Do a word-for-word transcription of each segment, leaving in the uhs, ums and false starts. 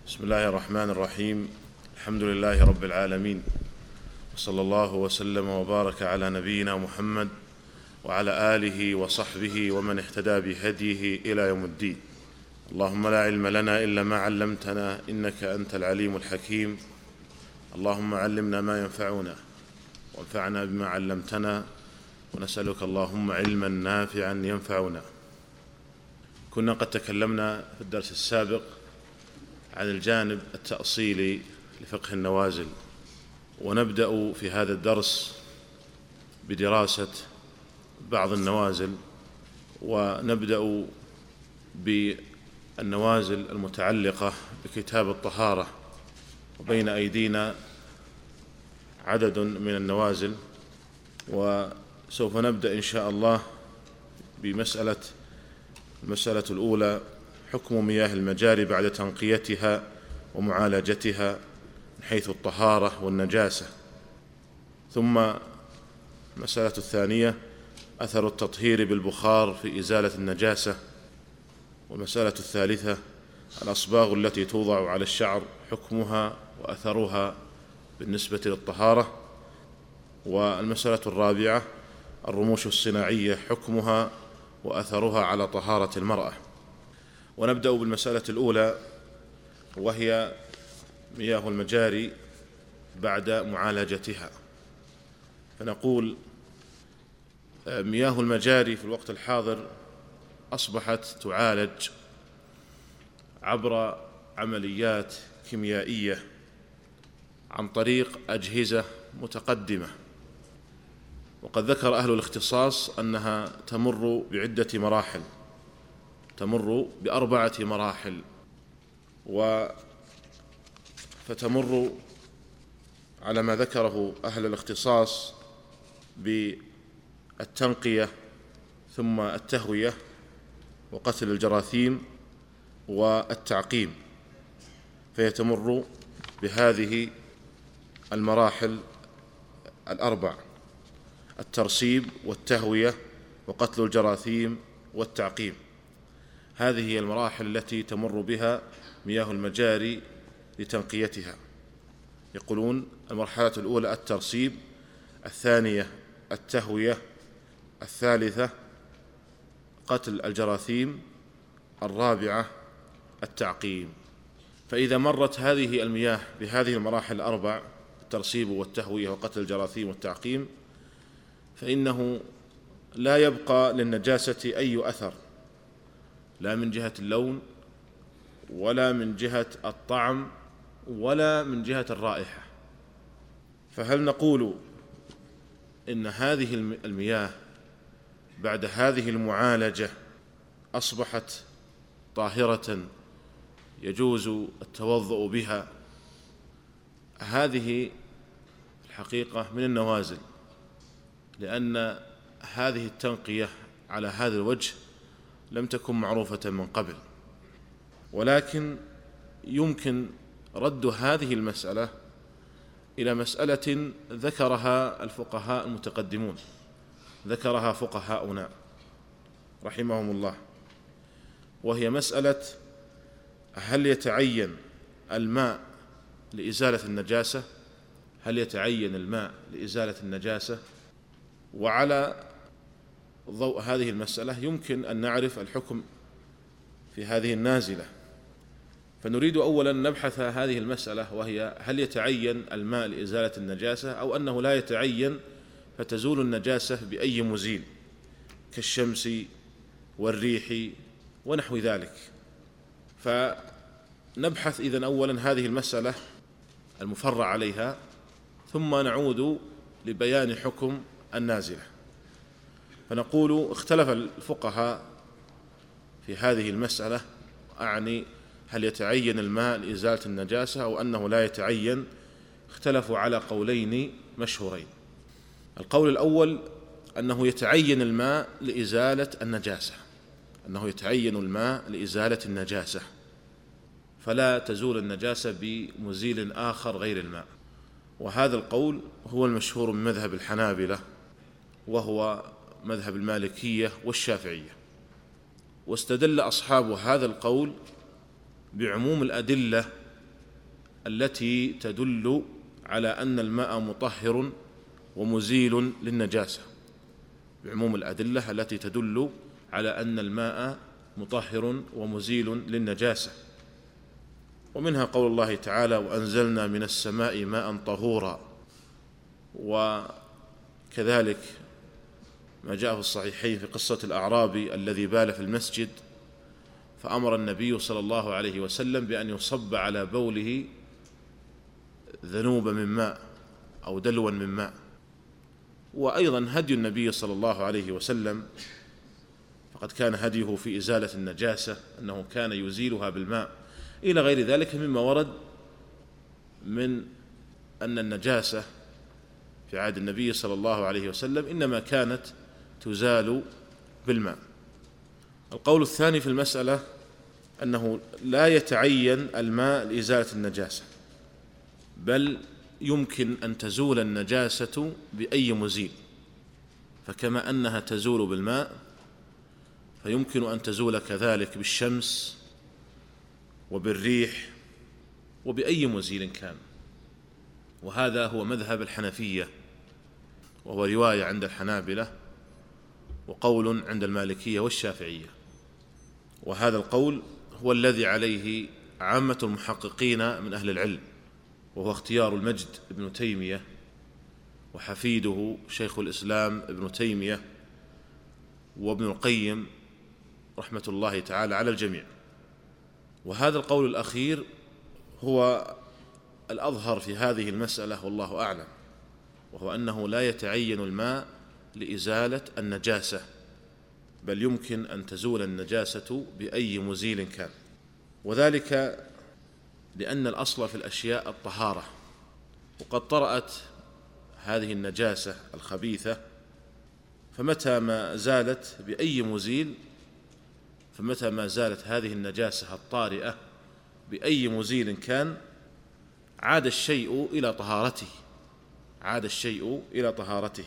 بسم الله الرحمن الرحيم. الحمد لله رب العالمين، وصلى الله وسلم وبارك على نبينا محمد وعلى آله وصحبه ومن اهتدى بهديه إلى يوم الدين. اللهم لا علم لنا إلا ما علمتنا إنك أنت العليم الحكيم. اللهم علمنا ما ينفعنا وانفعنا بما علمتنا، ونسألك اللهم علما نافعا ينفعنا. كنا قد تكلمنا في الدرس السابق عن الجانب التأصيلي لفقه النوازل، ونبدأ في هذا الدرس بدراسة بعض النوازل، ونبدأ بالنوازل المتعلقة بكتاب الطهارة. وبين أيدينا عدد من النوازل، وسوف نبدأ إن شاء الله بمسألة المسألة الأولى: حكم مياه المجاري بعد تنقيتها ومعالجتها من حيث الطهارة والنجاسة. ثم المسألة الثانية: أثر التطهير بالبخار في إزالة النجاسة. والمسألة الثالثة: الأصباغ التي توضع على الشعر، حكمها وأثرها بالنسبة للطهارة. والمسألة الرابعة: الرموش الصناعية، حكمها وأثرها على طهارة المرأة. ونبدأ بالمسألة الأولى، وهي مياه المجاري بعد معالجتها. فنقول مياه المجاري في الوقت الحاضر أصبحت تعالج عبر عمليات كيميائية عن طريق أجهزة متقدمة، وقد ذكر أهل الاختصاص أنها تمر بعدة مراحل، تمر بأربعة مراحل. و فتمر على ما ذكره أهل الاختصاص بالتنقية، ثم التهوية، وقتل الجراثيم، والتعقيم. فيتمر بهذه المراحل الأربع: الترسيب والتهوية وقتل الجراثيم والتعقيم. هذه هي المراحل التي تمر بها مياه المجاري لتنقيتها. يقولون: المرحلة الأولى الترسيب، الثانية التهوية، الثالثة قتل الجراثيم، الرابعة التعقيم. فإذا مرت هذه المياه بهذه المراحل الأربع: الترسيب والتهوية وقتل الجراثيم والتعقيم، فإنه لا يبقى للنجاسة أي أثر، لا من جهة اللون ولا من جهة الطعم ولا من جهة الرائحة. فهل نقول إن هذه المياه بعد هذه المعالجة أصبحت طاهرة يجوز التوضؤ بها؟ هذه الحقيقة من النوازل، لأن هذه التنقية على هذا الوجه لم تكن معروفة من قبل، ولكن يمكن رد هذه المسألة إلى مسألة ذكرها الفقهاء المتقدمون، ذكرها فقهاؤنا رحمهم الله، وهي مسألة: هل يتعين الماء لإزالة النجاسة؟ هل يتعين الماء لإزالة النجاسة؟ وعلى ضوء هذه المسألة يمكن أن نعرف الحكم في هذه النازلة. فنريد أولا نبحث هذه المسألة، وهي: هل يتعين الماء لإزالة النجاسة، أو أنه لا يتعين فتزول النجاسة بأي مزيل كالشمس والريح ونحو ذلك؟ فنبحث إذن أولا هذه المسألة المفرع عليها، ثم نعود لبيان حكم النازلة. فنقول: اختلف الفقهاء في هذه المسألة، أعني هل يتعين الماء لإزالة النجاسة أو أنه لا يتعين. اختلفوا على قولين مشهورين. القول الأول أنه يتعين الماء لإزالة النجاسة، أنه يتعين الماء لإزالة النجاسة، فلا تزول النجاسة بمزيل آخر غير الماء. وهذا القول هو المشهور من مذهب الحنابلة، وهو مذهب المالكية والشافعية. واستدل أصحاب هذا القول بعموم الأدلة التي تدل على أن الماء مطهر ومزيل للنجاسة، بعموم الأدلة التي تدل على أن الماء مطهر ومزيل للنجاسة. ومنها قول الله تعالى: وأنزلنا من السماء ماء طهورا. وكذلك ما جاء في الصحيحين في قصة الأعرابي الذي بال في المسجد، فأمر النبي صلى الله عليه وسلم بأن يصب على بوله ذنوب من ماء أو دلوا من ماء. وأيضا هدي النبي صلى الله عليه وسلم، فقد كان هديه في إزالة النجاسة أنه كان يزيلها بالماء، إلى غير ذلك مما ورد من أن النجاسة في عهد النبي صلى الله عليه وسلم إنما كانت تزال بالماء. القول الثاني في المسألة أنه لا يتعين الماء لإزالة النجاسة، بل يمكن أن تزول النجاسة بأي مزيل، فكما أنها تزول بالماء فيمكن أن تزول كذلك بالشمس وبالريح وبأي مزيل كان. وهذا هو مذهب الحنفية، وهو رواية عند الحنابلة وقول عند المالكية والشافعية. وهذا القول هو الذي عليه عامة المحققين من أهل العلم، وهو اختيار المجد ابن تيمية وحفيده شيخ الإسلام ابن تيمية وابن القيم رحمة الله تعالى على الجميع. وهذا القول الأخير هو الأظهر في هذه المسألة والله أعلم، وهو أنه لا يتعين الماء لإزالة النجاسة، بل يمكن أن تزول النجاسة بأي مزيل كان، وذلك لأن الأصل في الأشياء الطهارة، وقد طرأت هذه النجاسة الخبيثة، فمتى ما زالت بأي مزيل فمتى ما زالت هذه النجاسة الطارئة بأي مزيل كان عاد الشيء إلى طهارته عاد الشيء إلى طهارته.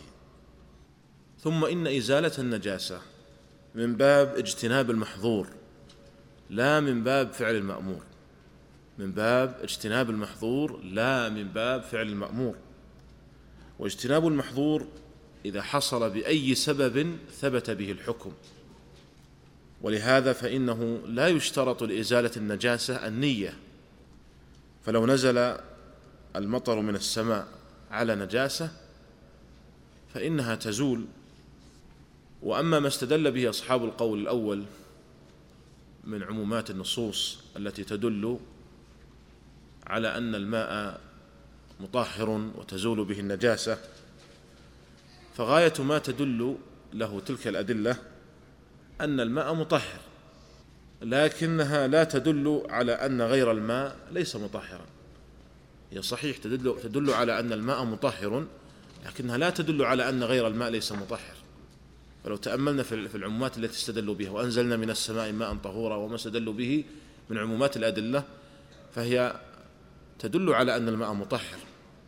ثم إن إزالة النجاسة من باب اجتناب المحظور لا من باب فعل المأمور من باب اجتناب المحظور لا من باب فعل المأمور. واجتناب المحظور إذا حصل بأي سبب ثبت به الحكم، ولهذا فإنه لا يشترط لإزالة النجاسة النية، فلو نزل المطر من السماء على نجاسة فإنها تزول. وأما ما استدل به أصحاب القول الأول من عمومات النصوص التي تدل على أن الماء مطهر وتزول به النجاسة، فغاية ما تدل له تلك الأدلة أن الماء مطهر، لكنها لا تدل على أن غير الماء ليس مطهرا. هي صحيح تدل, تدل على أن الماء مطهر، لكنها لا تدل على أن غير الماء ليس مطهر. فلو تأملنا في العمومات التي استدلوا بها، وأنزلنا من السماء ماء طهورا وما استدلوا به من عمومات الأدلة، فهي تدل على أن الماء مطهر،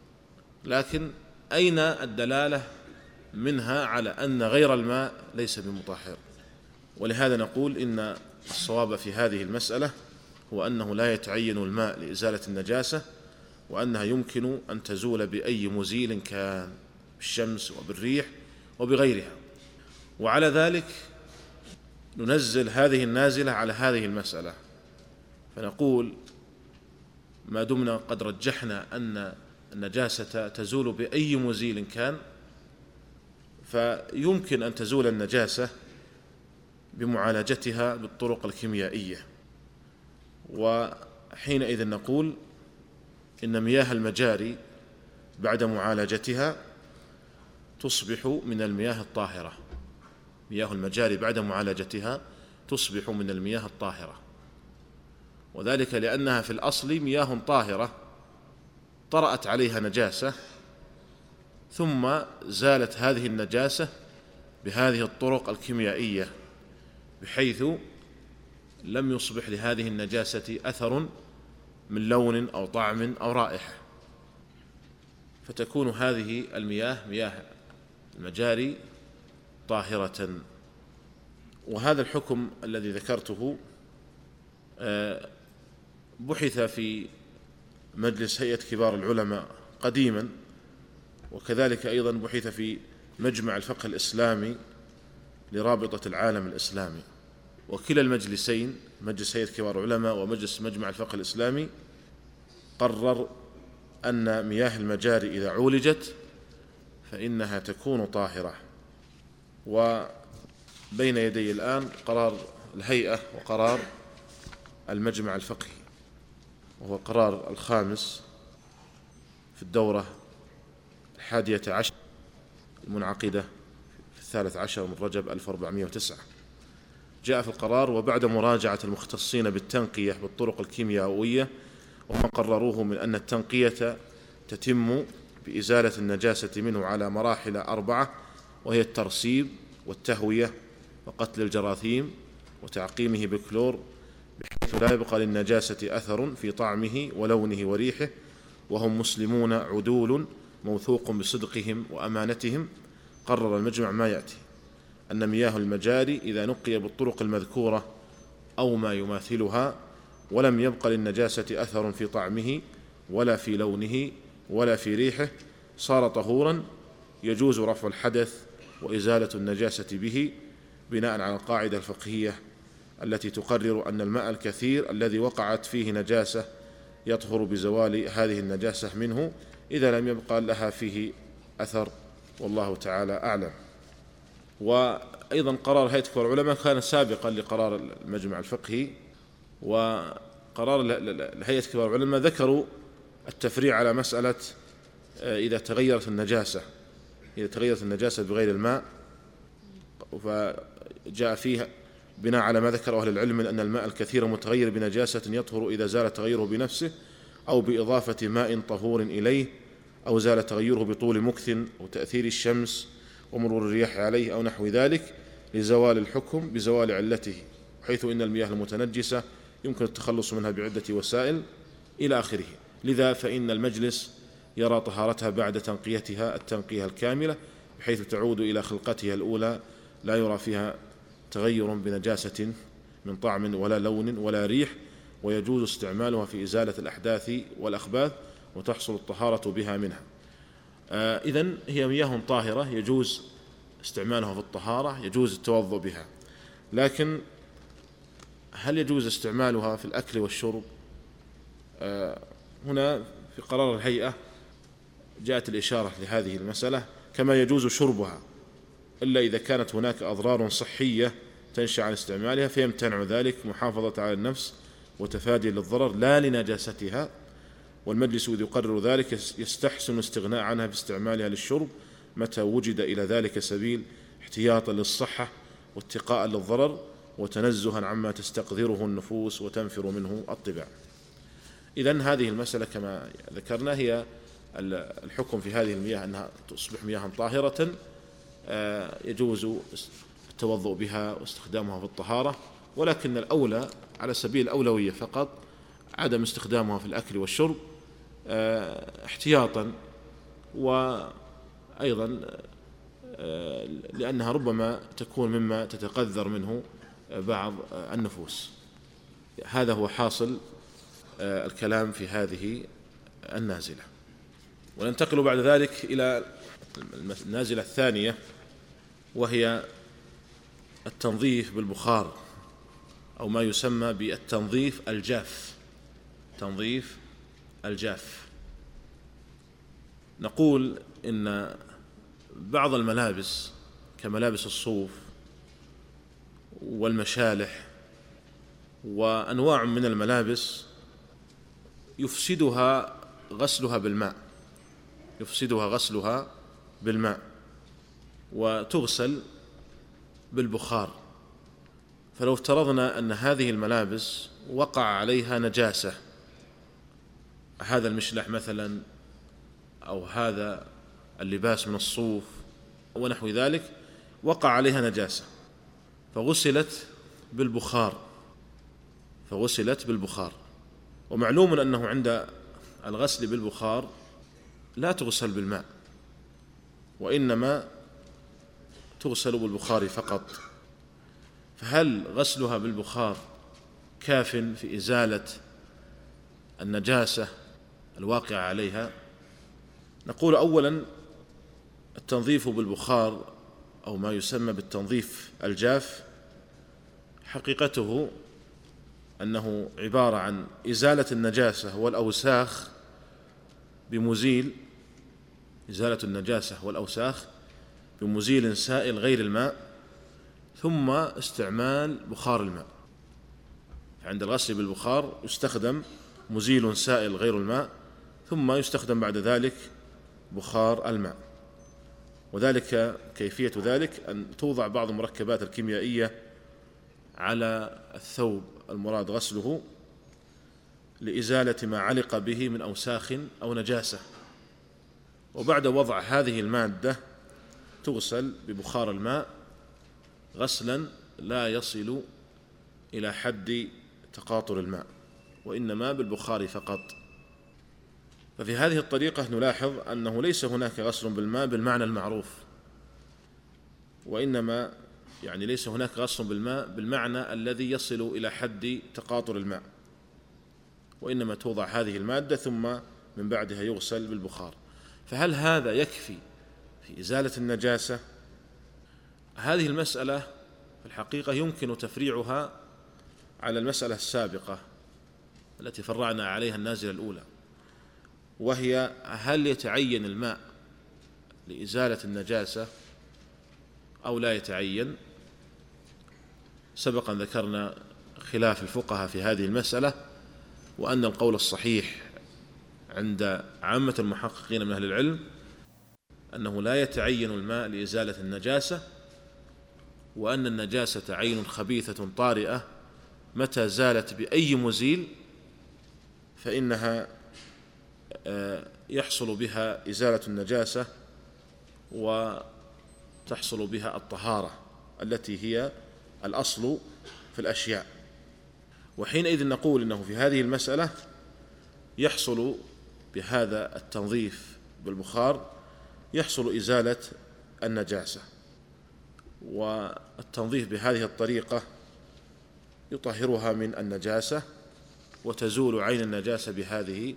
لكن أين الدلالة منها على أن غير الماء ليس بمطهر؟ ولهذا نقول إن الصواب في هذه المسألة هو أنه لا يتعين الماء لإزالة النجاسة، وأنها يمكن أن تزول بأي مزيل كان، بالشمس وبالريح وبغيرها. وعلى ذلك ننزل هذه النازلة على هذه المسألة، فنقول ما دمنا قد رجحنا أن النجاسة تزول بأي مزيل كان، فيمكن أن تزول النجاسة بمعالجتها بالطرق الكيميائية. وحينئذ نقول إن مياه المجاري بعد معالجتها تصبح من المياه الطاهرة مياه المجاري بعد معالجتها تصبح من المياه الطاهرة، وذلك لأنها في الأصل مياه طاهرة طرأت عليها نجاسة، ثم زالت هذه النجاسة بهذه الطرق الكيميائية، بحيث لم يصبح لهذه النجاسة أثر من لون أو طعم أو رائحة، فتكون هذه المياه مياه المجاري طاهرة. وهذا الحكم الذي ذكرته بحث في مجلس هيئة كبار العلماء قديما، وكذلك أيضا بحث في مجمع الفقه الإسلامي لرابطة العالم الإسلامي، وكلا المجلسين مجلس هيئة كبار العلماء ومجلس مجمع الفقه الإسلامي قرر أن مياه المجاري إذا عولجت فإنها تكون طاهرة. وبين يدي الآن قرار الهيئة وقرار المجمع الفقهي، وهو قرار الخامس في الدورة الحادية عشر المنعقدة في الثالث عشر من رجب ألف وأربعمائة وتسعة. جاء في القرار: وبعد مراجعة المختصين بالتنقية بالطرق الكيميائية وما قرروه من أن التنقية تتم بإزالة النجاسة منه على مراحل أربعة، وهي الترسيب والتهوية وقتل الجراثيم وتعقيمه بالكلور بحيث لا يبقى للنجاسة أثر في طعمه ولونه وريحه، وهم مسلمون عدول موثوق بصدقهم وأمانتهم. قرر المجمع ما يأتي: أن مياه المجاري إذا نقي بالطرق المذكورة أو ما يماثلها ولم يبق للنجاسة أثر في طعمه ولا في لونه ولا في ريحه صار طهورا، يجوز رفع الحدث وإزالة النجاسة به، بناء على القاعدة الفقهية التي تقرر أن الماء الكثير الذي وقعت فيه نجاسة يطهر بزوال هذه النجاسة منه إذا لم يبقى لها فيه أثر، والله تعالى أعلم. وأيضا قرار هيئة كبار العلماء كان سابقا لقرار المجمع الفقهي، وقرار هيئة كبار العلماء ذكروا التفريع على مسألة إذا تغيرت النجاسة إذا تغيرت النجاسة بغير الماء، فجاء فيها بناء على ما ذكر أهل العلم أن الماء الكثير متغير بنجاسة يطهر إذا زال تغيره بنفسه أو بإضافة ماء طهور إليه، أو زال تغيره بطول مكث أو تأثير الشمس ومرور الرياح عليه أو نحو ذلك لزوال الحكم بزوال علته، حيث إن المياه المتنجسة يمكن التخلص منها بعدة وسائل إلى آخره. لذا فإن المجلس يرى طهارتها بعد تنقيتها التنقية الكاملة بحيث تعود إلى خلقتها الأولى، لا يرى فيها تغير بنجاسة من طعم ولا لون ولا ريح، ويجوز استعمالها في إزالة الأحداث والأخباث وتحصل الطهارة بها منها. آه إذن هي مياه طاهرة يجوز استعمالها في الطهارة، يجوز التوضؤ بها، لكن هل يجوز استعمالها في الأكل والشرب؟ آه هنا في قرار الهيئة جاءت الإشارة لهذه المسألة، كما يجوز شربها إلا إذا كانت هناك أضرار صحية تنشأ عن استعمالها فيمتنع ذلك محافظة على النفس وتفادي للضرر لا لنجاستها، والمجلس إذ يقرر ذلك يستحسن الاستغناء عنها باستعمالها للشرب متى وجد إلى ذلك سبيل احتياطا للصحة واتقاء للضرر وتنزها عما تستقذره النفوس وتنفر منه الطباع. إذن هذه المسألة كما ذكرنا هي الحكم في هذه المياه أنها تصبح مياه طاهرة يجوز التوضؤ بها واستخدامها في الطهارة، ولكن الأولى على سبيل الأولوية فقط عدم استخدامها في الأكل والشرب احتياطا، وأيضا لأنها ربما تكون مما تتقذر منه بعض النفوس. هذا هو حاصل الكلام في هذه النازلة. وننتقل بعد ذلك إلى النازلة الثانية، وهي التنظيف بالبخار أو ما يسمى بالتنظيف الجاف. تنظيف الجاف، نقول إن بعض الملابس كملابس الصوف والمشالح وأنواع من الملابس يفسدها غسلها بالماء يفسدها غسلها بالماء وتغسل بالبخار. فلو افترضنا أن هذه الملابس وقع عليها نجاسة، هذا المشلح مثلا أو هذا اللباس من الصوف ونحو ذلك وقع عليها نجاسة فغسلت بالبخار فغسلت بالبخار ومعلوم أنه عند الغسل بالبخار لا تغسل بالماء، وإنما تغسل بالبخار فقط. فهل غسلها بالبخار كاف في إزالة النجاسة الواقعة عليها. نقول أولا التنظيف بالبخار أو ما يسمى بالتنظيف الجاف حقيقته أنه عبارة عن إزالة النجاسة والأوساخ بمزيل إزالة النجاسة والأوساخ بمزيل سائل غير الماء، ثم استعمال بخار الماء. عند الغسل بالبخار يستخدم مزيل سائل غير الماء، ثم يستخدم بعد ذلك بخار الماء. وذلك كيفية ذلك أن توضع بعض المركبات الكيميائية على الثوب المراد غسله لإزالة ما علق به من أوساخ أو نجاسة، وبعد وضع هذه المادة تغسل ببخار الماء غسلا لا يصل إلى حد تقاطر الماء، وإنما بالبخار فقط. ففي هذه الطريقة نلاحظ أنه ليس هناك غسل بالماء بالمعنى المعروف، وإنما يعني ليس هناك غسل بالماء بالمعنى الذي يصل إلى حد تقاطر الماء، وإنما توضع هذه المادة ثم من بعدها يغسل بالبخار. فهل هذا يكفي في إزالة النجاسة؟ هذه المسألة في الحقيقة يمكن تفريعها على المسألة السابقة التي فرعنا عليها النازلة الأولى، وهي هل يتعين الماء لإزالة النجاسة أو لا يتعين؟ سبقا ذكرنا خلاف الفقهاء في هذه المسألة، وأن القول الصحيح عند عامة المحققين من أهل العلم أنه لا يتعين الماء لإزالة النجاسة، وأن النجاسة عين خبيثة طارئة متى زالت بأي مزيل فإنها يحصل بها إزالة النجاسة وتحصل بها الطهارة التي هي الأصل في الأشياء. وحينئذ نقول إنه في هذه المسألة يحصل بهذا التنظيف بالبخار يحصل إزالة النجاسة، والتنظيف بهذه الطريقة يطهرها من النجاسة وتزول عين النجاسة بهذه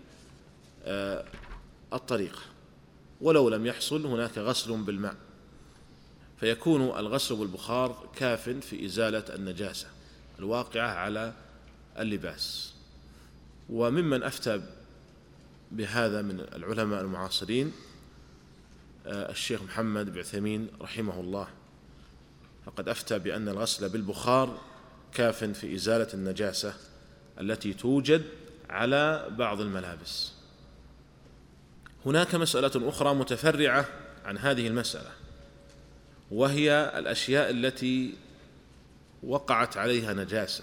الطريقة، ولو لم يحصل هناك غسل بالماء، فيكون الغسل بالبخار كاف في إزالة النجاسة الواقعة على اللباس. وممن أفتى بهذا من العلماء المعاصرين الشيخ محمد بن عثيمين رحمه الله، فقد أفتى بأن الغسل بالبخار كاف في إزالة النجاسة التي توجد على بعض الملابس. هناك مسألة أخرى متفرعة عن هذه المسألة، وهي الأشياء التي وقعت عليها نجاسة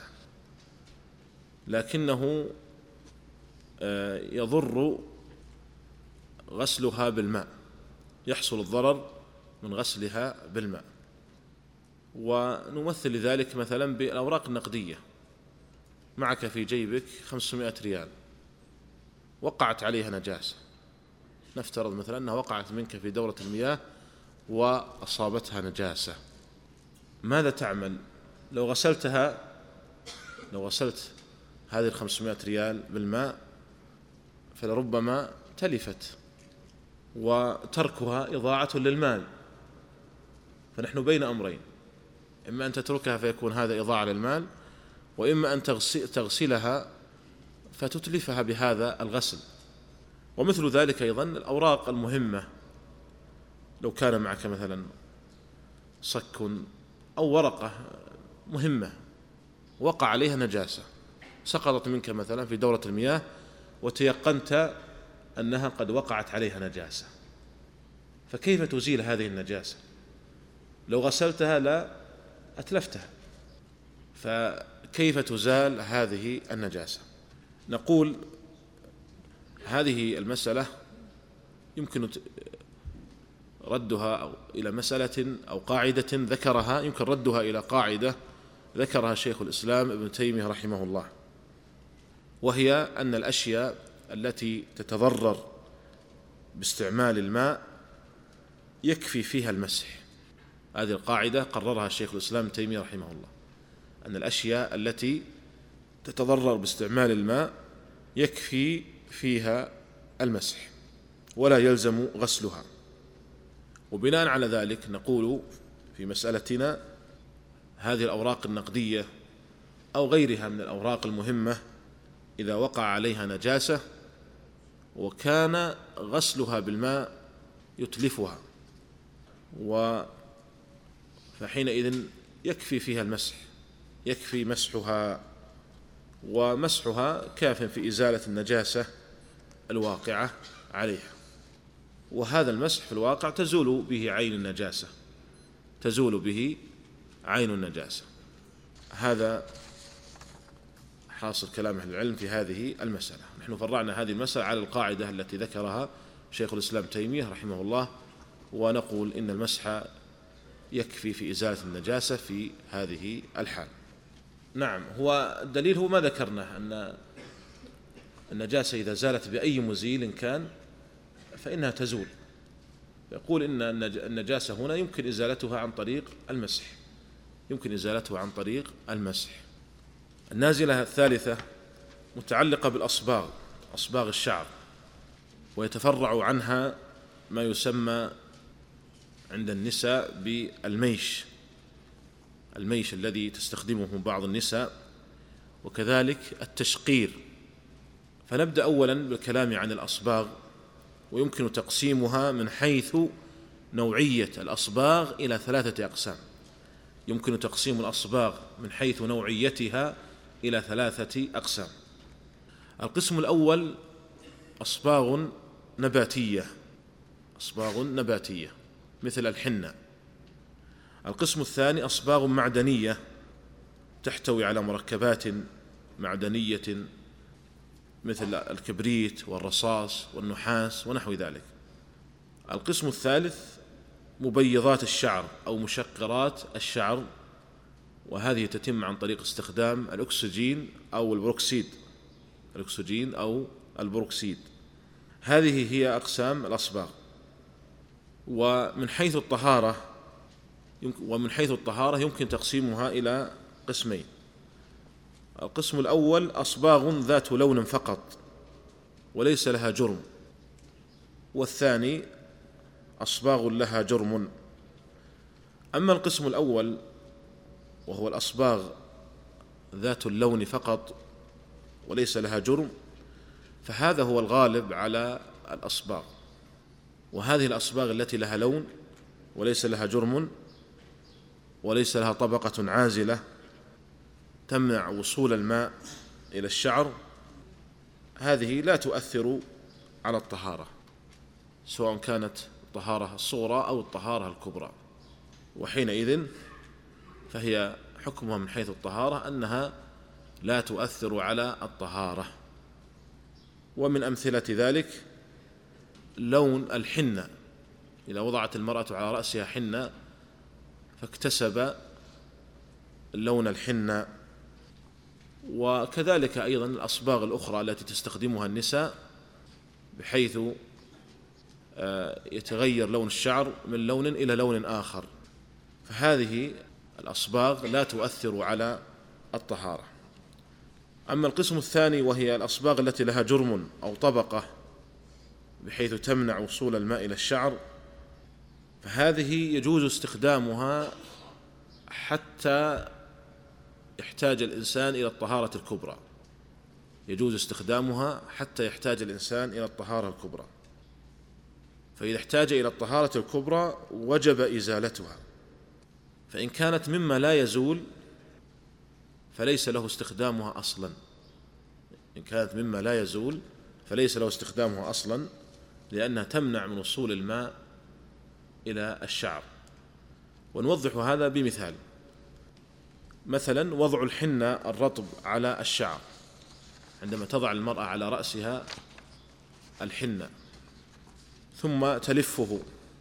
لكنه يضر غسلها بالماء، يحصل الضرر من غسلها بالماء. ونمثل لذلك مثلا بالأوراق النقدية، معك في جيبك خمسمائة ريال وقعت عليها نجاسة، نفترض مثلا أنها وقعت منك في دورة المياه وأصابتها نجاسة، ماذا تعمل؟ لو غسلتها لو غسلت هذه الخمسمائة ريال بالماء فلربما تلفت، وتركها إضاعة للمال. فنحن بين أمرين، إما أن تتركها فيكون هذا إضاعة للمال، وإما أن تغسلها فتتلفها بهذا الغسل. ومثل ذلك أيضا الأوراق المهمة، لو كان معك مثلا صك أو ورقة مهمة وقع عليها نجاسة، سقطت منك مثلا في دورة المياه وتيقنت أنها قد وقعت عليها نجاسة، فكيف تزيل هذه النجاسة؟ لو غسلتها لا أتلفتها، فكيف تزال هذه النجاسة؟ نقول هذه المسألة يمكن ردها أو إلى مسألة أو قاعدة ذكرها، يمكن ردها إلى قاعدة ذكرها شيخ الإسلام ابن تيمية رحمه الله، وهي أن الأشياء التي تتضرر باستعمال الماء يكفي فيها المسح. هذه القاعدة قررها شيخ الإسلام ابن تيمية رحمه الله، أن الأشياء التي تتضرر باستعمال الماء يكفي فيها المسح ولا يلزم غسلها. وبناء على ذلك نقول في مسألتنا هذه الأوراق النقدية أو غيرها من الأوراق المهمة إذا وقع عليها نجاسة وكان غسلها بالماء يتلفها فحينئذ يكفي فيها المسح، يكفي مسحها، ومسحها كاف في إزالة النجاسة الواقعة عليها. وهذا المسح في الواقع تزول به عين النجاسة، تزول به عين النجاسة. هذا حاصل كلام أهل العلم في هذه المسألة. نحن فرعنا هذه المسألة على القاعدة التي ذكرها شيخ الإسلام تيمية رحمه الله، ونقول إن المسح يكفي في إزالة النجاسة في هذه الحال. نعم، هو الدليل هو ما ذكرنا أن النجاسة إذا زالت بأي مزيل كان فإنها تزول. يقول إن النجاسة هنا يمكن إزالتها عن طريق المسح، يمكن إزالتها عن طريق المسح. النازلة الثالثة متعلقة بالأصباغ، أصباغ الشعر، ويتفرع عنها ما يسمى عند النساء بالميش، الميش الذي تستخدمه بعض النساء، وكذلك التشقير. فنبدأ أولا بالكلام عن الأصباغ، ويمكن تقسيمها من حيث نوعية الأصباغ إلى ثلاثة أقسام. يمكن تقسيم الأصباغ من حيث نوعيتها إلى ثلاثة أقسام. القسم الأول أصباغ نباتية، أصباغ نباتية مثل الحنة. القسم الثاني أصباغ معدنية تحتوي على مركبات معدنية مثل الكبريت والرصاص والنحاس ونحو ذلك. القسم الثالث مبيضات الشعر أو مشقرات الشعر، وهذه تتم عن طريق استخدام الأكسجين أو البروكسيد، الأكسجين أو البروكسيد. هذه هي أقسام الأصباغ. ومن حيث الطهارة ومن حيث الطهارة يمكن تقسيمها إلى قسمين. القسم الأول أصباغ ذات لون فقط وليس لها جرم، والثاني أصباغ لها جرم. أما القسم الأول وهو الأصباغ ذات اللون فقط وليس لها جرم، فهذا هو الغالب على الأصباغ. وهذه الأصباغ التي لها لون وليس لها جرم وليس لها طبقة عازلة تمنع وصول الماء إلى الشعر، هذه لا تؤثر على الطهارة، سواء كانت الطهارة الصغرى أو الطهارة الكبرى. وحينئذ فهي حكمها من حيث الطهارة أنها لا تؤثر على الطهارة. ومن أمثلة ذلك لون الحنة، إذا وضعت المرأة على رأسها حنة فاكتسب لون الحنة. وكذلك أيضا الأصباغ الأخرى التي تستخدمها النساء بحيث يتغير لون الشعر من لون إلى لون آخر، فهذه الأصباغ لا تؤثر على الطهارة. أما القسم الثاني وهي الأصباغ التي لها جرم أو طبقة بحيث تمنع وصول الماء إلى الشعر، فهذه يجوز استخدامها حتى يحتاج الإنسان إلى الطهارة الكبرى، يجوز استخدامها حتى يحتاج الإنسان إلى الطهارة الكبرى. فإذا احتاج إلى الطهارة الكبرى وجب إزالتها، فإن كانت مما لا يزول فليس له استخدامها أصلا، إن كانت مما لا يزول فليس له استخدامها أصلا، لأنها تمنع من وصول الماء إلى الشعر. ونوضح هذا بمثال. مثلا وضع الحنة الرطب على الشعر، عندما تضع المرأة على رأسها الحنة ثم تلفه،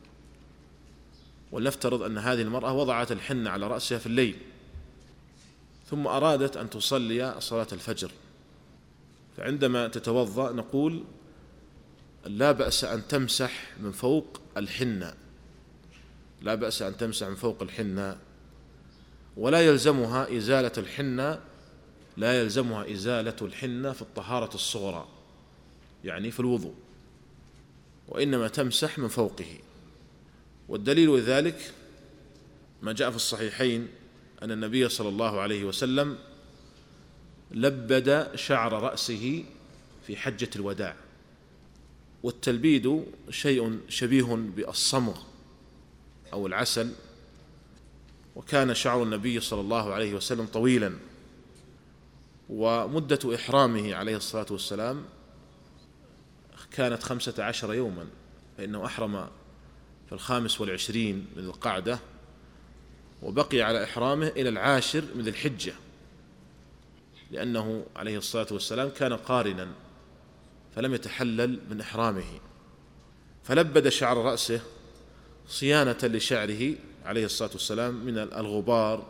ولنفترض أن هذه المرأة وضعت الحنة على رأسها في الليل ثم أرادت أن تصلي صلاة الفجر، فعندما تتوضأ نقول لا بأس أن تمسح من فوق الحنة، لا بأس أن تمسح من فوق الحنة، ولا يلزمها إزالة الحنة، لا يلزمها إزالة الحنة في الطهارة الصغرى، يعني في الوضوء، وإنما تمسح من فوقه. والدليل لذلك ما جاء في الصحيحين أن النبي صلى الله عليه وسلم لبد شعر رأسه في حجة الوداع. والتلبيد شيء شبيه بالصمغ أو العسل، وكان شعر النبي صلى الله عليه وسلم طويلا، ومدة إحرامه عليه الصلاة والسلام كانت خمسة عشر يوما، فإنه أحرم في الخامس والعشرين من القعدة، وبقي على إحرامه إلى العاشر من الحجة، لأنه عليه الصلاة والسلام كان قارنا فلم يتحلل من إحرامه، فلبد شعر رأسه صيانة لشعره عليه الصلاة والسلام من الغبار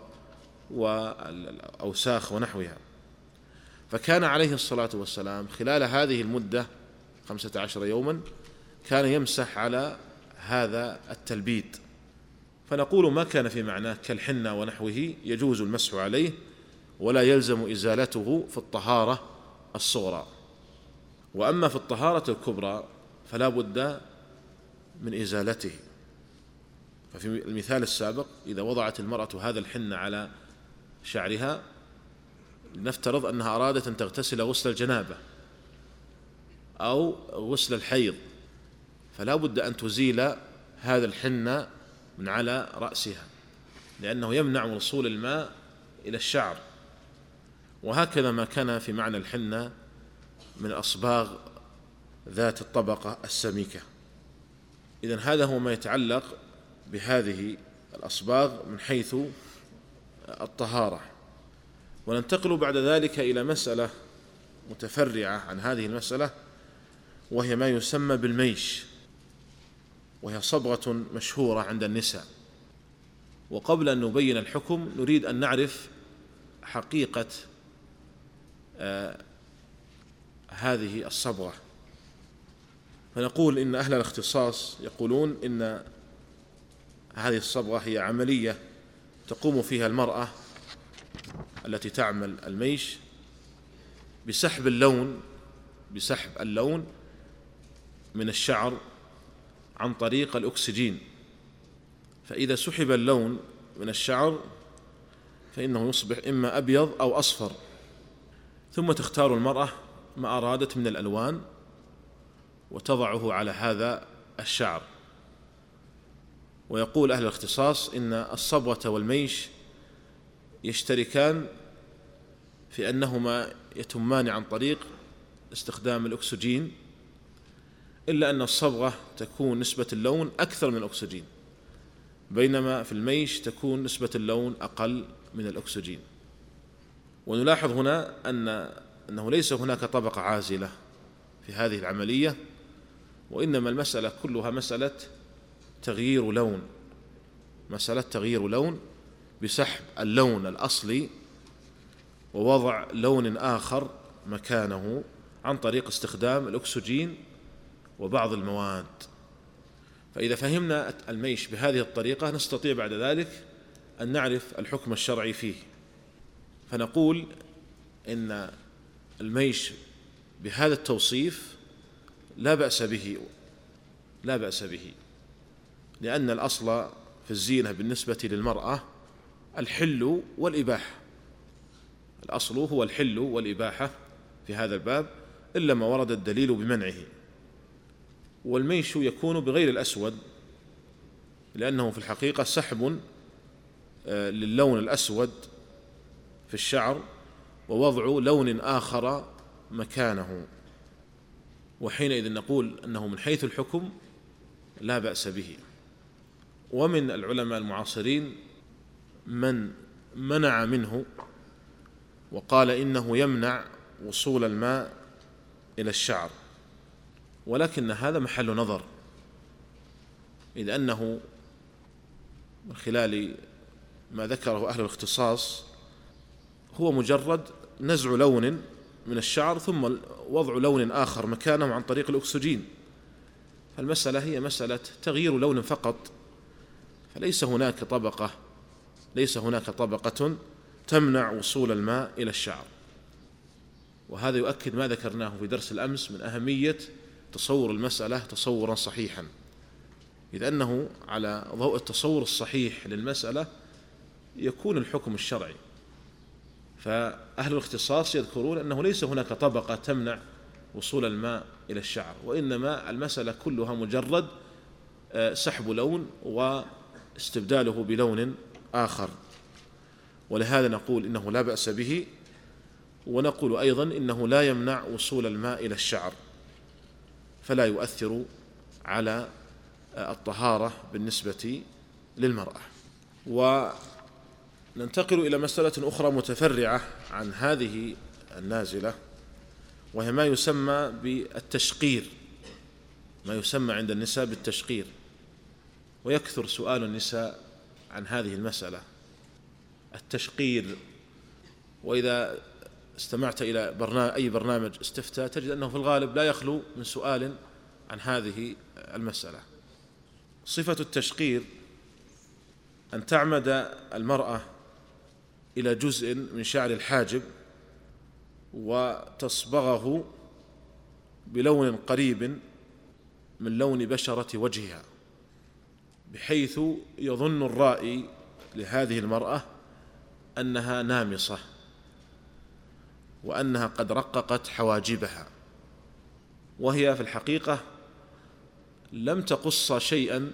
والأوساخ ونحوها. فكان عليه الصلاة والسلام خلال هذه المدة خمسة عشر يوما كان يمسح على هذا التلبيد. فنقول ما كان في معناه كالحنة ونحوه يجوز المسح عليه ولا يلزم إزالته في الطهارة الصغرى. وأما في الطهارة الكبرى فلا بد من إزالته. ففي المثال السابق إذا وضعت المرأة هذا الحنة على شعرها، نفترض أنها أرادت أن تغتسل غسل الجنابة أو غسل الحيض، فلا بد أن تزيل هذا الحنة من على رأسها، لأنه يمنع وصول الماء إلى الشعر. وهكذا ما كان في معنى الحنة من الأصباغ ذات الطبقة السميكة. إذن هذا هو ما يتعلق بهذه الأصباغ من حيث الطهارة. وننتقل بعد ذلك إلى مسألة متفرعة عن هذه المسألة، وهي ما يسمى بالميش، وهي صبغة مشهورة عند النساء. وقبل أن نبين الحكم نريد أن نعرف حقيقة آه هذه الصبغة. فنقول إن أهل الاختصاص يقولون إن هذه الصبغة هي عملية تقوم فيها المرأة التي تعمل الميش بسحب اللون بسحب اللون من الشعر عن طريق الأكسجين. فإذا سحب اللون من الشعر فإنه يصبح إما أبيض أو أصفر، ثم تختار المرأة ما أرادت من الألوان وتضعه على هذا الشعر. ويقول أهل الاختصاص إن الصبغة والميش يشتركان في أنهما يتمان عن طريق استخدام الأكسجين، إلا أن الصبغة تكون نسبة اللون أكثر من الأكسجين، بينما في الميش تكون نسبة اللون أقل من الأكسجين. ونلاحظ هنا أن أنه ليس هناك طبقة عازلة في هذه العملية، وإنما المسألة كلها مسألة تغيير لون مسألة تغيير لون بسحب اللون الأصلي ووضع لون آخر مكانه عن طريق استخدام الأكسجين وبعض المواد. فإذا فهمنا الميش بهذه الطريقة نستطيع بعد ذلك أن نعرف الحكم الشرعي فيه. فنقول إن الميش بهذا التوصيف لا بأس به لا بأس به لأن الأصل في الزينة بالنسبة للمرأة الحل والإباحة. الأصل هو الحل والإباحة في هذا الباب، إلا ما ورد الدليل بمنعه. والميش يكون بغير الأسود، لأنه في الحقيقة سحب للون الأسود في الشعر ووضع لون آخر مكانه، وحينئذ نقول أنه من حيث الحكم لا بأس به. ومن العلماء المعاصرين من منع منه وقال إنه يمنع وصول الماء إلى الشعر، ولكن هذا محل نظر، إذ أنه من خلال ما ذكره أهل الاختصاص هو مجرد نزع لون من الشعر ثم وضع لون آخر مكانه عن طريق الأكسجين. فالمسألة هي مسألة تغيير لون فقط، فليس هناك طبقة ليس هناك طبقة تمنع وصول الماء إلى الشعر. وهذا يؤكد ما ذكرناه في درس الأمس من أهمية تصور المسألة تصورا صحيحا، إذ أنه على ضوء التصور الصحيح للمسألة يكون الحكم الشرعي. فأهل الاختصاص يذكرون أنه ليس هناك طبقة تمنع وصول الماء إلى الشعر، وإنما المسألة كلها مجرد سحب لون واستبداله بلون آخر، ولهذا نقول إنه لا بأس به، ونقول أيضا إنه لا يمنع وصول الماء إلى الشعر، فلا يؤثر على الطهارة بالنسبة للمرأة. وننتقل إلى مسألة أخرى متفرعة عن هذه النازلة، وهي ما يسمى بالتشقير، ما يسمى عند النساء بالتشقير، ويكثر سؤال النساء عن هذه المسألة التشقير. وإذا استمعت إلى برنامج أي برنامج استفتاء تجد أنه في الغالب لا يخلو من سؤال عن هذه المسألة. صفة التشقير أن تعمد المرأة إلى جزء من شعر الحاجب وتصبغه بلون قريب من لون بشرة وجهها، بحيث يظن الرائي لهذه المرأة أنها نامصة وأنها قد رققت حواجبها، وهي في الحقيقة لم تقص شيئا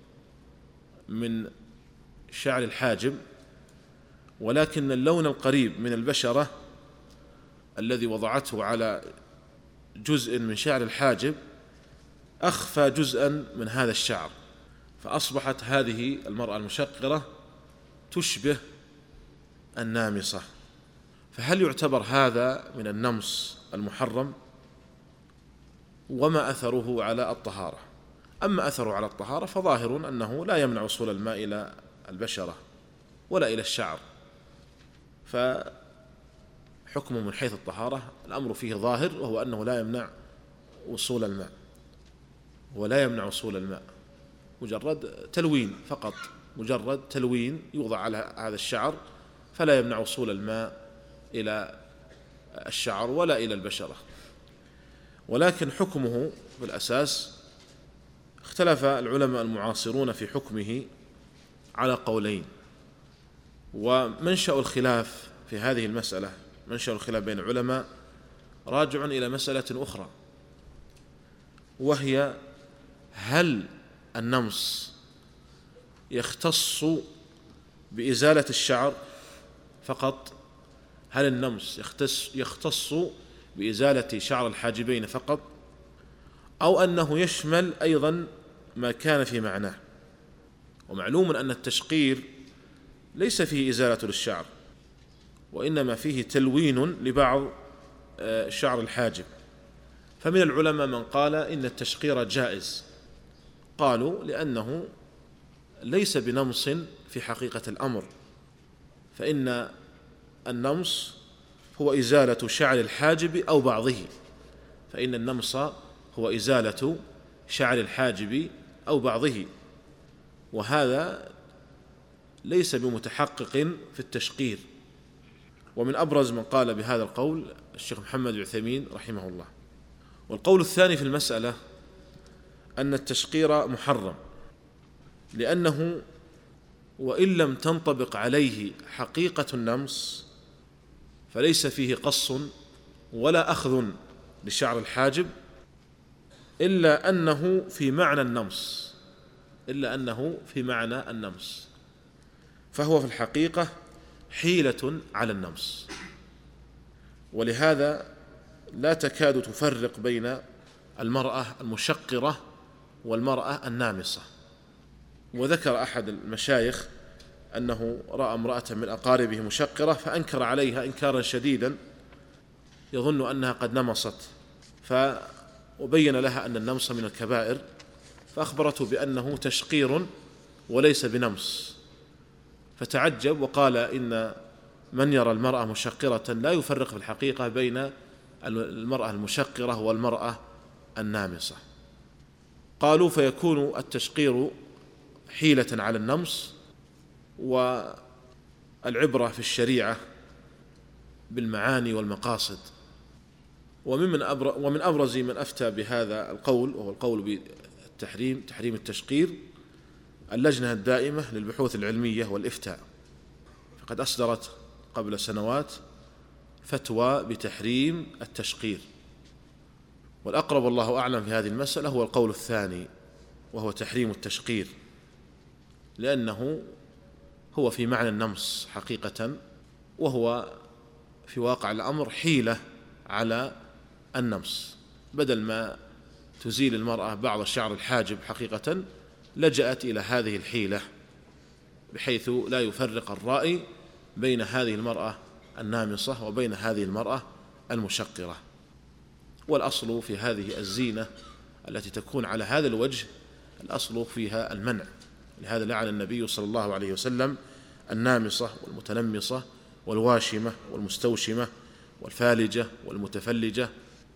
من شعر الحاجب، ولكن اللون القريب من البشرة الذي وضعته على جزء من شعر الحاجب أخفى جزءا من هذا الشعر، فأصبحت هذه المرأة المشقرة تشبه النامصة. فهل يعتبر هذا من النمص المحرم؟ وما أثره على الطهارة؟ أما أثره على الطهارة فظاهر أنه لا يمنع وصول الماء إلى البشرة ولا إلى الشعر، فحكمه من حيث الطهارة الأمر فيه ظاهر، وهو أنه لا يمنع وصول الماء، ولا يمنع وصول الماء، مجرد تلوين فقط، مجرد تلوين يوضع على هذا الشعر، فلا يمنع وصول الماء إلى الشعر ولا إلى البشرة. ولكن حكمه بالأساس اختلف العلماء المعاصرون في حكمه على قولين، ومنشأ الخلاف في هذه المسألة، منشأ الخلاف بين العلماء راجع إلى مسألة أخرى، وهي هل النمص يختص بإزالة الشعر فقط؟ هل النمص يختص, يختص بإزالة شعر الحاجبين فقط، أو أنه يشمل أيضا ما كان في معناه؟ ومعلوم أن التشقير ليس فيه إزالة للشعر، وإنما فيه تلوين لبعض شعر الحاجب. فمن العلماء من قال إن التشقير جائز، قالوا لأنه ليس بنمص في حقيقة الأمر، فإن النمص هو إزالة شعر الحاجب أو بعضه، فإن النمص هو إزالة شعر الحاجب أو بعضه، وهذا ليس بمتحقق في التشقير. ومن أبرز من قال بهذا القول الشيخ محمد بن عثيمين رحمه الله. والقول الثاني في المسألة أن التشقير محرم، لأنه وإن لم تنطبق عليه حقيقة النمص فليس فيه قص ولا أخذ لشعر الحاجب، إلا أنه في معنى النمص، إلا أنه في معنى النمص، فهو في الحقيقة حيلة على النمص. ولهذا لا تكاد تفرق بين المرأة المشقرة والمرأة النامصة. وذكر أحد المشايخ أنه رأى امرأة من أقاربه مشقرة فأنكر عليها إنكارا شديدا، يظن أنها قد نمصت، فبين لها أن النمص من الكبائر، فأخبرته بأنه تشقير وليس بنمص، فتعجب وقال إن من يرى المرأة مشقرة لا يفرق في الحقيقة بين المرأة المشقرة والمرأة النامصة. قالوا فيكون التشقير حيلة على النمص، والعبرة في الشريعة بالمعاني والمقاصد، ومن ومن أبرز من أفتى بهذا القول، وهو القول بالتحريم تحريم التشقير، اللجنة الدائمة للبحوث العلمية والإفتاء، فقد أصدرت قبل سنوات فتوى بتحريم التشقير. والأقرب والله أعلم في هذه المسألة هو القول الثاني، وهو تحريم التشقير، لأنه هو في معنى النمص حقيقة، وهو في واقع الأمر حيلة على النمص. بدل ما تزيل المرأة بعض الشعر الحاجب حقيقة، لجأت إلى هذه الحيلة بحيث لا يفرق الرائي بين هذه المرأة النامصة وبين هذه المرأة المشقرة. والأصل في هذه الزينة التي تكون على هذا الوجه الأصل فيها المنع، لهذا لعن النبي صلى الله عليه وسلم النامصة والمتنمصة والواشمة والمستوشمة والفالجة والمتفلجة،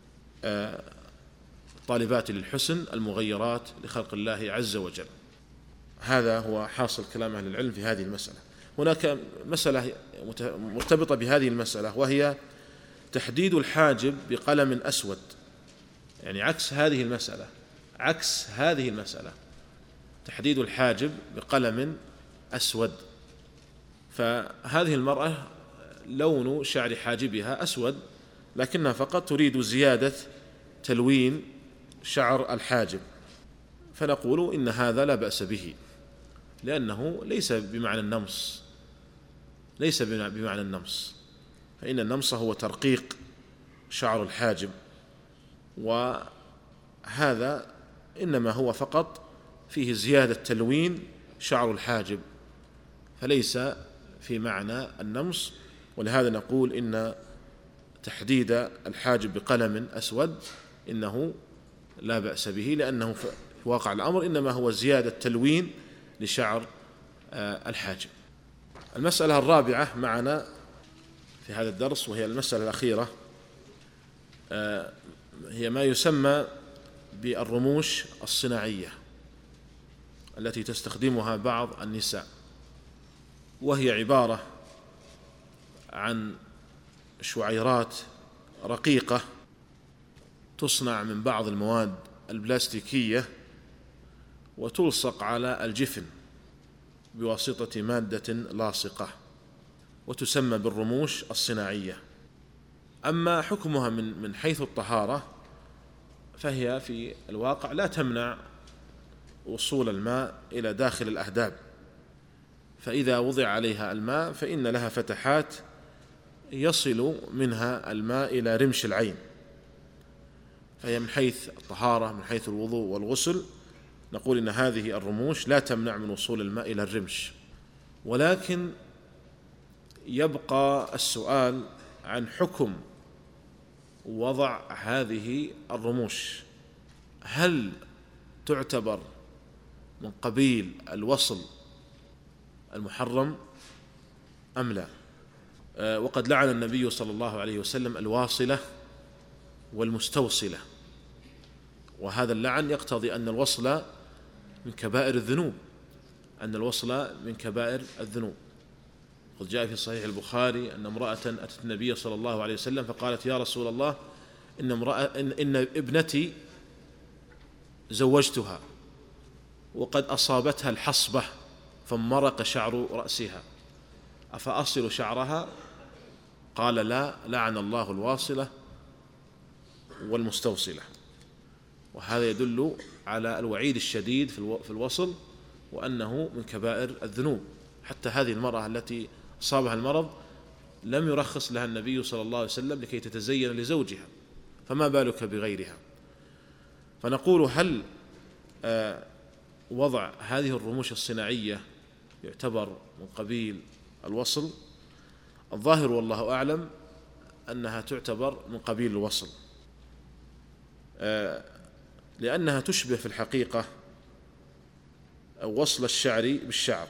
طالبات للحسن المغيرات لخلق الله عز وجل. هذا هو حاصل كلام أهل العلم في هذه المسألة. هناك مسألة مرتبطة بهذه المسألة، وهي تحديد الحاجب بقلم أسود، يعني عكس هذه المسألة عكس هذه المسألة تحديد الحاجب بقلم أسود. فهذه المرأة لون شعر حاجبها أسود، لكنها فقط تريد زيادة تلوين شعر الحاجب، فنقول إن هذا لا بأس به، لأنه ليس بمعنى النمص ليس بمعنى النمص فإن النمص هو ترقيق شعر الحاجب، وهذا إنما هو فقط فيه زيادة تلوين شعر الحاجب، فليس في معنى النمص. ولهذا نقول إن تحديد الحاجب بقلم أسود إنه لا بأس به، لأنه في واقع الأمر إنما هو زيادة تلوين لشعر الحاجب. المسألة الرابعة معنا في هذا الدرس، وهي المسألة الأخيرة، هي ما يسمى بالرموش الصناعية التي تستخدمها بعض النساء، وهي عبارة عن شعيرات رقيقة تصنع من بعض المواد البلاستيكية وتلصق على الجفن بواسطة مادة لاصقة، وتسمى بالرموش الصناعية. أما حكمها من من حيث الطهارة، فهي في الواقع لا تمنع وصول الماء إلى داخل الأهداب، فإذا وضع عليها الماء فإن لها فتحات يصل منها الماء إلى رمش العين، فهي من حيث الطهارة من حيث الوضوء والغسل نقول إن هذه الرموش لا تمنع من وصول الماء إلى الرمش. ولكن يبقى السؤال عن حكم وضع هذه الرموش، هل تعتبر من قبيل الوصل المحرم أم لا؟ وقد لعن النبي صلى الله عليه وسلم الواصلة والمستوصلة، وهذا اللعن يقتضي أن الوصل من كبائر الذنوب أن الوصل من كبائر الذنوب. قد جاء في صحيح البخاري أن امرأة أتت النبي صلى الله عليه وسلم فقالت: يا رسول الله، إن, امرأة إن, إن ابنتي زوجتها وقد أصابتها الحصبة فانمرق شعر رأسها، أفأصل شعرها؟ قال: لا، لعن الله الواصلة والمستوصلة. وهذا يدل على الوعيد الشديد في الوصل، وأنه من كبائر الذنوب. حتى هذه المرأة التي أصابها المرض لم يرخص لها النبي صلى الله عليه وسلم لكي تتزين لزوجها، فما بالك بغيرها؟ فنقول: هل وضع هذه الرموش الصناعية يعتبر من قبيل الوصل؟ الظاهر والله أعلم أنها تعتبر من قبيل الوصل، لأنها تشبه في الحقيقة وصل الشعر بالشعر.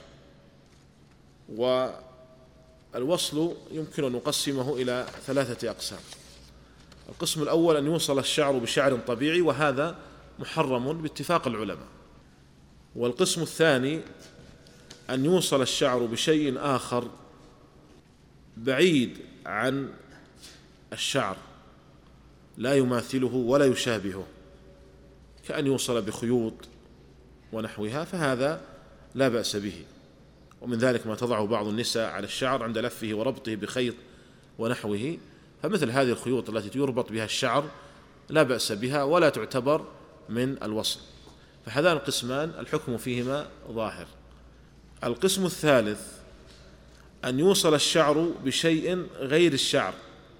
والوصل يمكن أن نقسمه إلى ثلاثة أقسام. القسم الأول أن يوصل الشعر بشعر طبيعي، وهذا محرم باتفاق العلماء. والقسم الثاني أن يوصل الشعر بشيء آخر بعيد عن الشعر، لا يماثله ولا يشابهه، كأن يوصل بخيوط ونحوها، فهذا لا بأس به. ومن ذلك ما تضعه بعض النساء على الشعر عند لفه وربطه بخيط ونحوه، فمثل هذه الخيوط التي يربط بها الشعر لا بأس بها ولا تعتبر من الوصل. فهذان القسمان الحكم فيهما ظاهر. القسم الثالث أن يوصل الشعر بشيء غير الشعر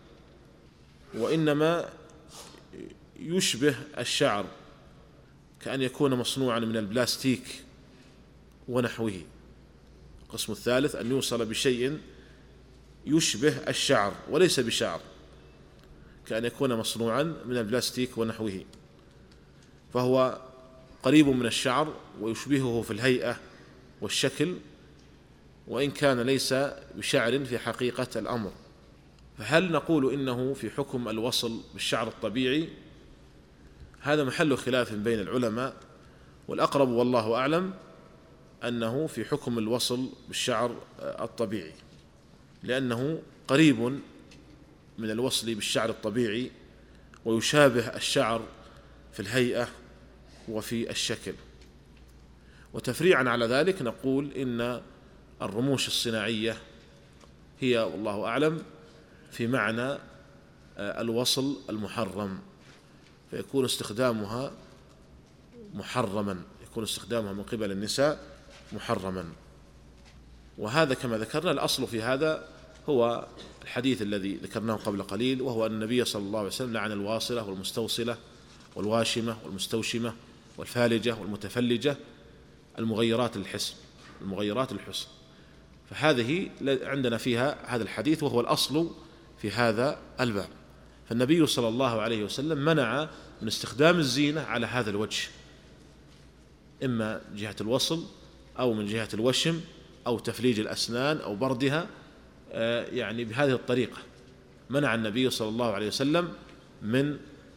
وإنما يشبه الشعر، كأن يكون مصنوعا من البلاستيك ونحوه. القسم الثالث أن يوصل بشيء يشبه الشعر وليس بشعر، كأن يكون مصنوعا من البلاستيك ونحوه، فهو قريب من الشعر ويشبهه في الهيئة والشكل، وإن كان ليس بشعر في حقيقة الأمر. فهل نقول إنه في حكم الوصل بالشعر الطبيعي؟ هذا محل خلاف بين العلماء، والأقرب والله أعلم أنه في حكم الوصل بالشعر الطبيعي، لأنه قريب من الوصل بالشعر الطبيعي ويشابه الشعر في الهيئة وفي الشكل. وتفريعا على ذلك نقول إن الرموش الصناعية هي والله أعلم في معنى الوصل المحرم، فيكون استخدامها محرما، يكون استخدامها من قبل النساء محرما. وهذا كما ذكرنا الأصل في هذا هو الحديث الذي ذكرناه قبل قليل، وهو أن النبي صلى الله عليه وسلم لعن الواصلة والمستوصلة والواشمة والمستوشمة والفالجة والمتفلجة المغيرات للحسن المغيرات للحسن. فهذه عندنا فيها هذا الحديث وهو الأصل في هذا الباب. فالنبي صلى الله عليه وسلم منع من استخدام الزينة على هذا الوجه، إما من جهة الوصل أو من جهة الوشم أو تفليج الأسنان أو بردها، يعني بهذه الطريقة منع النبي صلى الله عليه وسلم من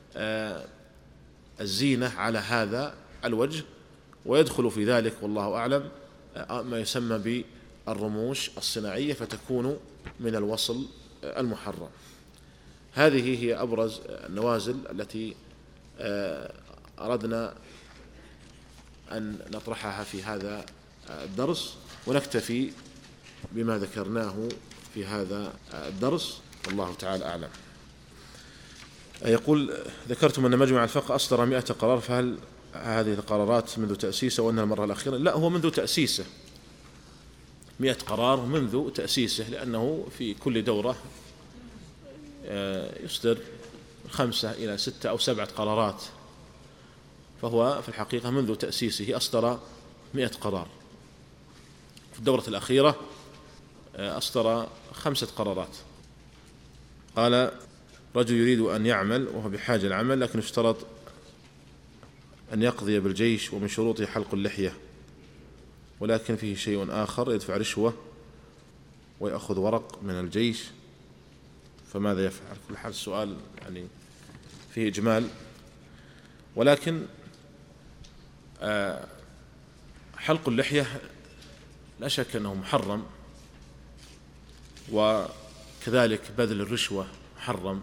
الزينة على هذا الوجه. ويدخل في ذلك والله أعلم ما يسمى بالرموش الصناعية، فتكون من الوصل المحرم. هذه هي أبرز النوازل التي أردنا أن نطرحها في هذا الدرس، ونكتفي بما ذكرناه في هذا الدرس، والله تعالى أعلم. يقول: ذكرتم أن مجمع الفقه أصدر مئة قرار، فهل هذه القرارات منذ تأسيسه وأنها المرة الأخيرة؟ لا، هو منذ تأسيسه مئة قرار منذ تأسيسه، لأنه في كل دورة يصدر خمسة إلى ستة أو سبعة قرارات، فهو في الحقيقة منذ تأسيسه أصدر مئة قرار. في الدورة الأخيرة أصدر خمسة قرارات. قال: رجل يريد أن يعمل وهو بحاجة العمل، لكن اشترط أن يقضي بالجيش ومن شروطه حلق اللحية، ولكن فيه شيء آخر، يدفع رشوة ويأخذ ورق من الجيش، فماذا يفعل؟ كل حال السؤال يعني فيه إجمال، ولكن حلق اللحية لا شك أنه محرم، وكذلك بذل الرشوة محرم،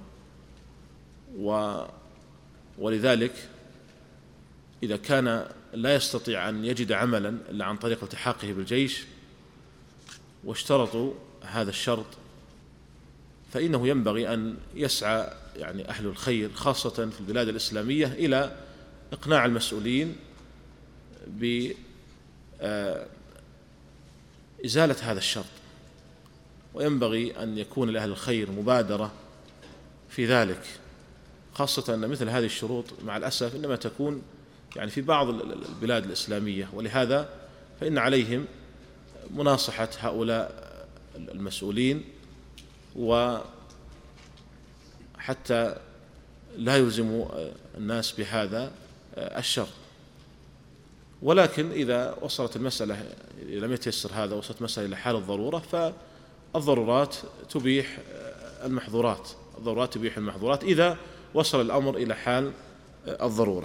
و ولذلك إذا كان لا يستطيع أن يجد عملا إلا عن طريق التحاقه بالجيش واشترطوا هذا الشرط، فإنه ينبغي أن يسعى يعني أهل الخير خاصة في البلاد الإسلامية إلى إقناع المسؤولين بإزالة هذا الشرط، وينبغي أن يكون لأهل الخير مبادرة في ذلك، خاصة أن مثل هذه الشروط مع الأسف إنما تكون يعني في بعض البلاد الإسلامية، ولهذا فإن عليهم مناصحة هؤلاء المسؤولين، وحتى لا يلزموا الناس بهذا الشرط. ولكن إذا وصلت المسألة لم يتيسر هذا، وصلت مسألة إلى حال الضرورة، فالضرورات تبيح المحظورات الضرورات تبيح المحظورات إذا وصل الأمر إلى حال الضرورة.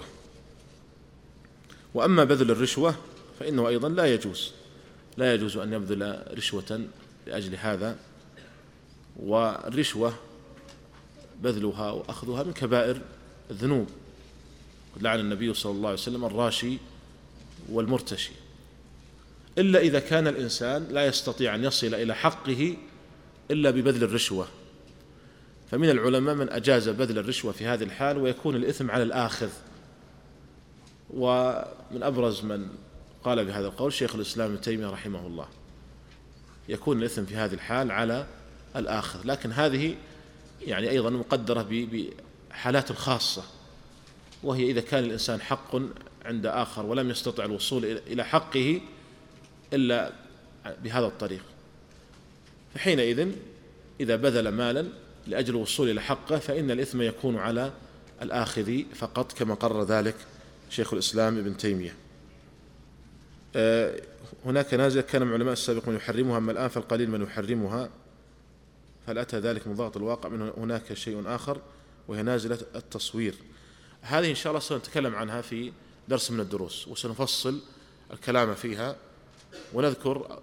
وأما بذل الرشوة فإنه أيضا لا يجوز لا يجوز أن يبذل رشوة لأجل هذا، والرشوة بذلها وأخذها من كبائر الذنوب. لعن النبي صلى الله عليه وسلم الراشي والمرتشي، إلا إذا كان الإنسان لا يستطيع أن يصل إلى حقه إلا ببذل الرشوة، فمن العلماء من أجاز بذل الرشوة في هذه الحال ويكون الإثم على الآخذ. ومن أبرز من قال بهذا القول شيخ الإسلام ابن تيمية رحمه الله، يكون الإثم في هذه الحال على الآخذ، لكن هذه يعني أيضا مقدرة بحالات خاصة، وهي إذا كان الإنسان حق عند آخر ولم يستطع الوصول إلى حقه إلا بهذا الطريق، فحينئذ إذا بذل مالا لأجل الوصول إلى حقه فإن الإثم يكون على الآخذ فقط، كما قرر ذلك شيخ الإسلام ابن تيمية. هناك نازلة كان من علماء السابق من يحرمها، أما الآن فالقليل من يحرمها، فهل أتى ذلك من ضغط الواقع؟ من هناك شيء آخر وهي نازلة التصوير. هذه إن شاء الله سنتكلم عنها في درس من الدروس، وسنفصل الكلام فيها ونذكر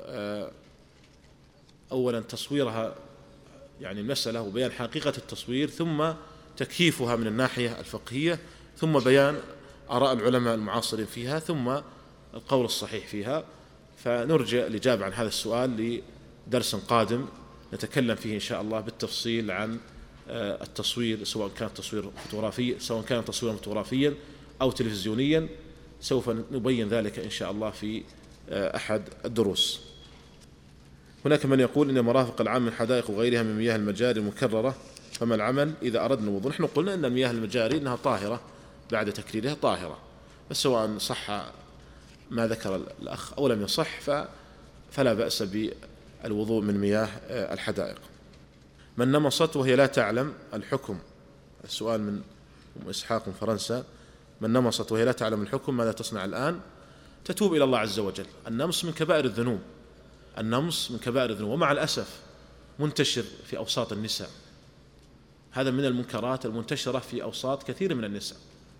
أولا تصويرها، يعني المسألة وبيان حقيقة التصوير، ثم تكييفها من الناحية الفقهية، ثم بيان آراء العلماء المعاصرين فيها، ثم القول الصحيح فيها. فنرجع الإجابة عن هذا السؤال لدرس قادم نتكلم فيه إن شاء الله بالتفصيل عن التصوير، سواء كان تصوير فوتوغرافي سواء كان تصويرا فوتوغرافيا أو تلفزيونيا، سوف نبين ذلك إن شاء الله في أحد الدروس. هناك من يقول إن مرافق العام من حدائق وغيرها من مياه المجاري المكررة، فما العمل إذا أردنا الوضوء؟ نحن قلنا أن مياه المجاري أنها طاهرة بعد تكريرها طاهرة، بس سواء صح ما ذكر الأخ أو لم يصح فلا بأس بالوضوء من مياه الحدائق. من نمصت وهي لا تعلم الحكم، السؤال من أم إسحاق من فرنسا، من نمصت وهي لا تعلم الحكم ماذا تصنع الآن؟ تتوب إلى الله عز وجل. النمص من كبائر الذنوب، النمص من كبائر الذنوب، ومع الأسف منتشر في أوساط النساء، هذا من المنكرات المنتشرة في أوساط كثير من النساء،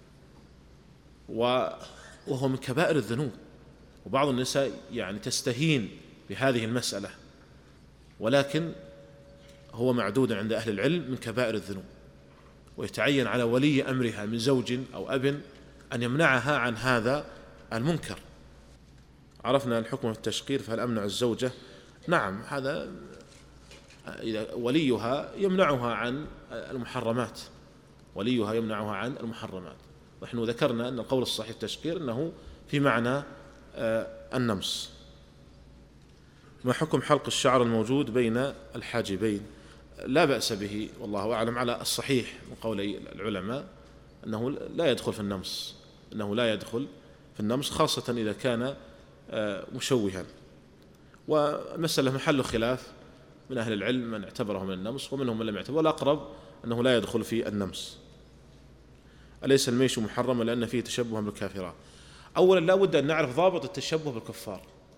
وهو من كبائر الذنوب. وبعض النساء يعني تستهين بهذه المسألة، ولكن هو معدود عند أهل العلم من كبائر الذنوب، ويتعين على ولي أمرها من زوج أو أب أن يمنعها عن هذا المنكر. عرفنا الحكم في التشقير، فهل أمنع الزوجة؟ نعم، هذا إذا وليها يمنعها عن المحرمات، وليها يمنعها عن المحرمات. ونحن ذكرنا أن القول الصحيح في التشقير أنه في معنى النمص. ما حكم حلق الشعر الموجود بين الحاجبين؟ لا بأس به والله أعلم، على الصحيح من قولي العلماء أنه لا يدخل في النمص، أنه لا يدخل في النمص، خاصة إذا كان مشوها. والمسألة محل خلاف من أهل العلم، من اعتبره من النمص ومنهم من لم يعتبره، والأقرب أنه لا يدخل في النمص. أليس الميش محرما لأن فيه تشبها بالكافرات؟ أولا لا بد أن نعرف ضابط التشبه بالكفار،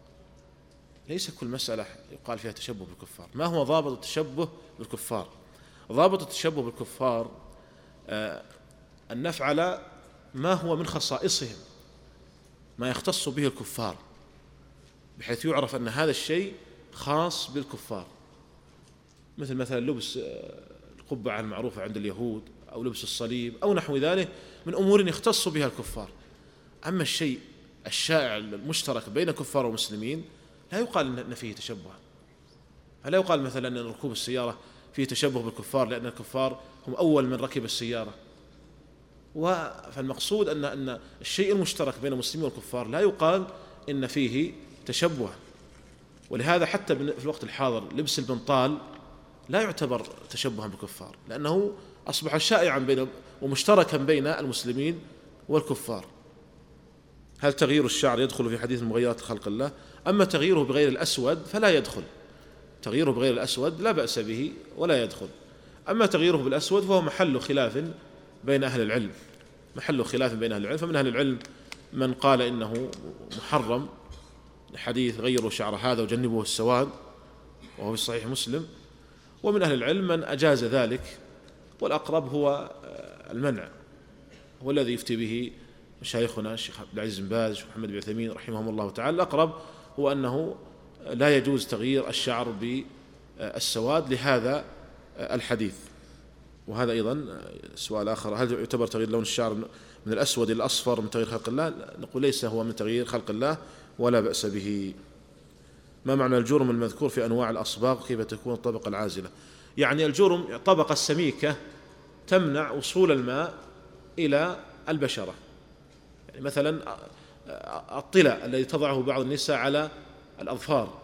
ليس كل مسألة يقال فيها تشبه بالكفار. ما هو ضابط التشبه بالكفار؟ ضابط التشبه بالكفار آه أن نفعل ما هو من خصائصهم، ما يختص به الكفار، بحيث يعرف أن هذا الشيء خاص بالكفار، مثل مثلا لبس القبعة المعروفة عند اليهود، أو لبس الصليب، أو نحو ذلك من أمور يختص بها الكفار. أما الشيء الشائع المشترك بين كفار ومسلمين لا يقال أن فيه تشبه. لا يقال مثلا أن ركوب السيارة فيه تشبه بالكفار لأن الكفار هم أول من ركب السيارة. فالمقصود أن أن الشيء المشترك بين المسلمين والكفار لا يقال إن فيه تشبه. ولهذا حتى في الوقت الحاضر لبس البنطال لا يعتبر تشبها بالكفار، لأنه أصبح شائعا بين ومشتركا بين المسلمين والكفار. هل تغيير الشعر يدخل في حديث مغيرات خلق الله؟ أما تغييره بغير الأسود فلا يدخل، تغييره بغير الأسود لا بأس به ولا يدخل. أما تغييره بالأسود فهو محل خلاف بين أهل العلم، محل خلاف بين أهل العلم. فمن أهل العلم من قال إنه محرم، حديث غيروا شعر هذا وجنبوه السواد، وهو في صحيح مسلم. ومن أهل العلم من أجاز ذلك، والأقرب هو المنع، هو الذي يفتي به مشايخنا الشيخ عبد العزيز بن باز والشيخ محمد بن عثيمين رحمهم الله تعالى. الأقرب هو أنه لا يجوز تغيير الشعر بالسواد لهذا الحديث. وهذا أيضا سؤال آخر، هل يعتبر تغيير لون الشعر من الأسود إلى الأصفر من تغيير خلق الله؟ نقول ليس هو من تغيير خلق الله ولا بأس به. ما معنى الجرم المذكور في أنواع الأصباغ؟ كيف تكون الطبقة العازلة؟ يعني الجرم الطبقة السميكة تمنع وصول الماء إلى البشرة، يعني مثلا الطلاء الذي تضعه بعض النساء على الأظفار،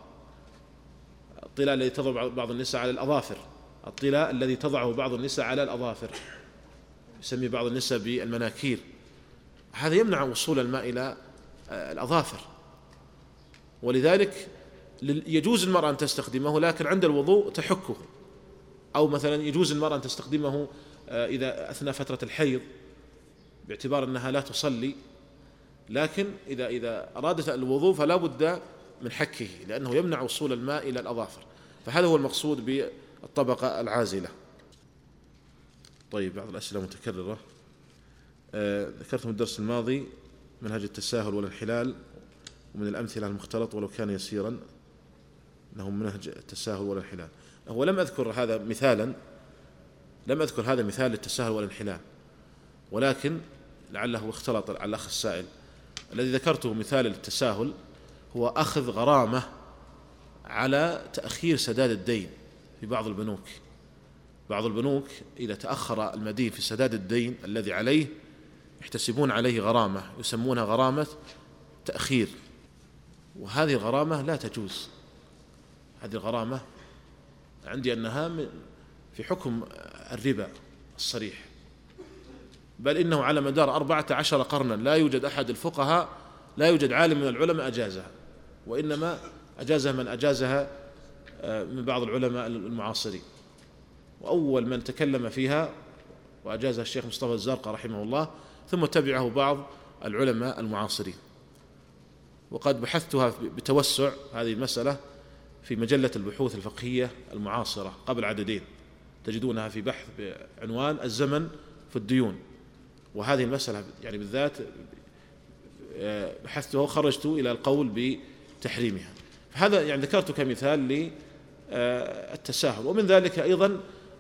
الطلاء الذي تضع بعض النساء على الأظافر، الطلاء الذي تضعه بعض النساء على الأظافر يسمي بعض النساء بالمناكير، هذا يمنع وصول الماء إلى الأظافر، ولذلك يجوز المرأة أن تستخدمه لكن عند الوضوء تحكه، أو مثلا يجوز المرأة أن تستخدمه إذا أثناء فترة الحيض باعتبار أنها لا تصلي، لكن إذا إذا أرادت الوضوء فلا بد من حكه لأنه يمنع وصول الماء إلى الأظافر، فهذا هو المقصود بالطبقة العازلة. طيب بعض الأسئلة متكررة. آه ذكرت في الدرس الماضي منهج التساهل والانحلال، ومن الأمثلة المختلط ولو كان يسيرا أنه منهج التساهل والانحلال. هو لم أذكر هذا مثالا، لم أذكر هذا مثال للتساهل والانحلال، ولكن لعله اختلط على الأخ السائل. الذي ذكرته مثال للتساهل هو أخذ غرامة على تأخير سداد الدين في بعض البنوك. بعض البنوك إذا تأخر المدين في سداد الدين الذي عليه يحتسبون عليه غرامة يسمونها غرامة تأخير، وهذه الغرامة لا تجوز. هذه الغرامة عندي أنها في حكم الربا الصريح، بل إنه على مدار أربعة عشر قرنا لا يوجد أحد الفقهاء، لا يوجد عالم من العلماء أجازها، وإنما أجازها من أجازها من بعض العلماء المعاصرين، وأول من تكلم فيها وأجازها الشيخ مصطفى الزرقاء رحمه الله، ثم تبعه بعض العلماء المعاصرين. وقد بحثتها بتوسع هذه المسألة في مجلة البحوث الفقهية المعاصرة قبل عددين، تجدونها في بحث بعنوان الزمن في الديون، وهذه المسألة يعني بالذات بحثتها وخرجت إلى القول بتحريمها. هذا يعني ذكرت كمثال للتساهل. ومن ذلك أيضا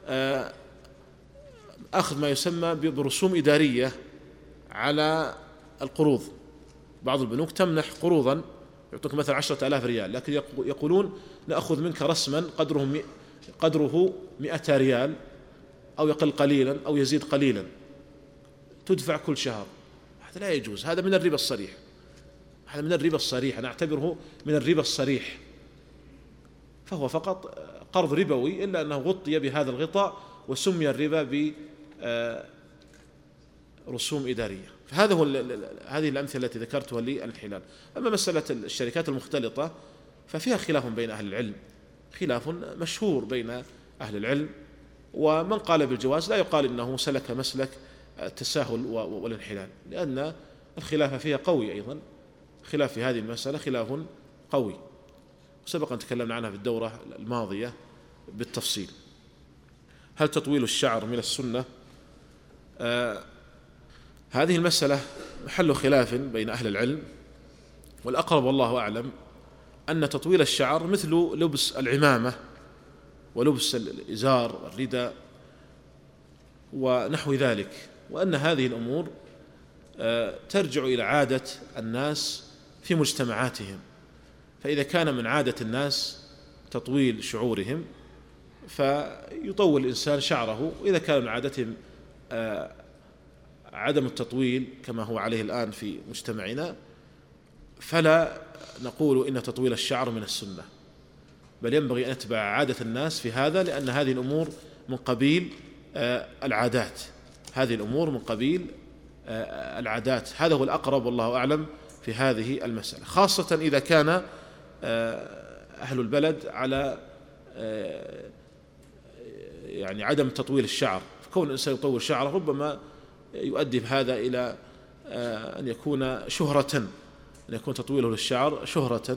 أخذ ما يسمى برسوم إدارية على القروض. بعض البنوك تمنح قروضا يعطوك مثلا عشرة آلاف ريال، لكن يقولون نأخذ منك رسما قدره قدره مئة ريال أو يقل قليلا أو يزيد قليلا، تدفع كل شهر. هذا لا يجوز، هذا من الربا الصريح، هذا من الربا الصريح، أنا أعتبره من الربا الصريح، فهو فقط قرض ربوي، إلا أنه غطي بهذا الغطاء وسمي الربا برسوم إدارية. فهذا هو هذه الأمثلة التي ذكرتها للانحلال. أما مسألة الشركات المختلطة ففيها خلاف بين أهل العلم، خلاف مشهور بين أهل العلم، ومن قال بالجواز لا يقال إنه سلك مسلك التساهل والانحلال، لأن الخلاف فيها قوي أيضا، خلاف في هذه المسألة خلاف قوي، سبق أن تكلمنا عنها في الدورة الماضية بالتفصيل. هل تطويل الشعر من السنة؟ آه هذه المسألة محل خلاف بين أهل العلم، والأقرب والله أعلم أن تطويل الشعر مثل لبس العمامة ولبس الإزار والرداء ونحو ذلك، وأن هذه الأمور ترجع إلى عادة الناس في مجتمعاتهم، فإذا كان من عادة الناس تطويل شعورهم فيطول الإنسان شعره، وإذا كان من عادتهم عدم التطويل كما هو عليه الآن في مجتمعنا فلا نقول إن تطويل الشعر من السنة، بل ينبغي أن نتبع عادة الناس في هذا، لأن هذه الأمور من قبيل العادات، هذه الأمور من قبيل العادات. هذا هو الأقرب والله أعلم في هذه المسألة، خاصة إذا كان أهل البلد على يعني عدم تطويل الشعر، فكون الإنسان يطول شعره ربما يؤدي بهذا إلى أن يكون شهرة، أن يكون تطويله للشعر شهرة،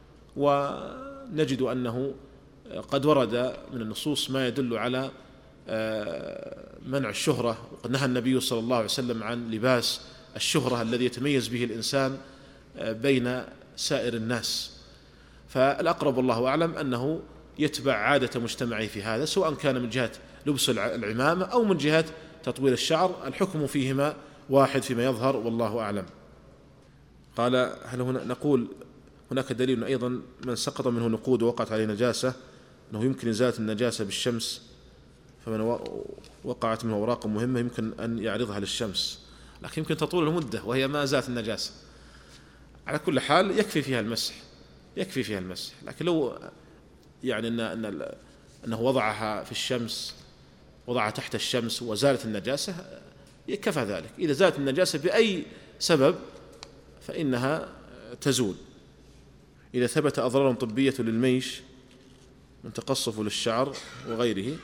ونجد أنه قد ورد من النصوص ما يدل على منع الشهرة، وقد نهى النبي صلى الله عليه وسلم عن لباس الشهرة الذي يتميز به الإنسان بين سائر الناس. فالأقرب والله أعلم أنه يتبع عادة مجتمعه في هذا، سواء كان من جهة لبس العمامة أو من جهة تطويل الشعر، الحكم فيهما واحد فيما يظهر والله أعلم. قال: هل هنا نقول هناك دليل أيضا من سقط منه نقود ووقعت عليه نجاسة أنه يمكن إزالة النجاسة بالشمس، فمن وقعت منه أوراق مهمة يمكن أن يعرضها للشمس، لكن يمكن تطول المدة وهي ما زالت النجاسة. على كل حال يكفي فيها المسح، يكفي فيها المسح، لكن لو يعني أن أن أنه وضعها في الشمس، وضعها تحت الشمس وزالت النجاسة، يكفى ذلك. إذا زالت النجاسة بأي سبب فإنها تزول. إذا ثبت أضرار طبية للميش من تقصف للشعر وغيره،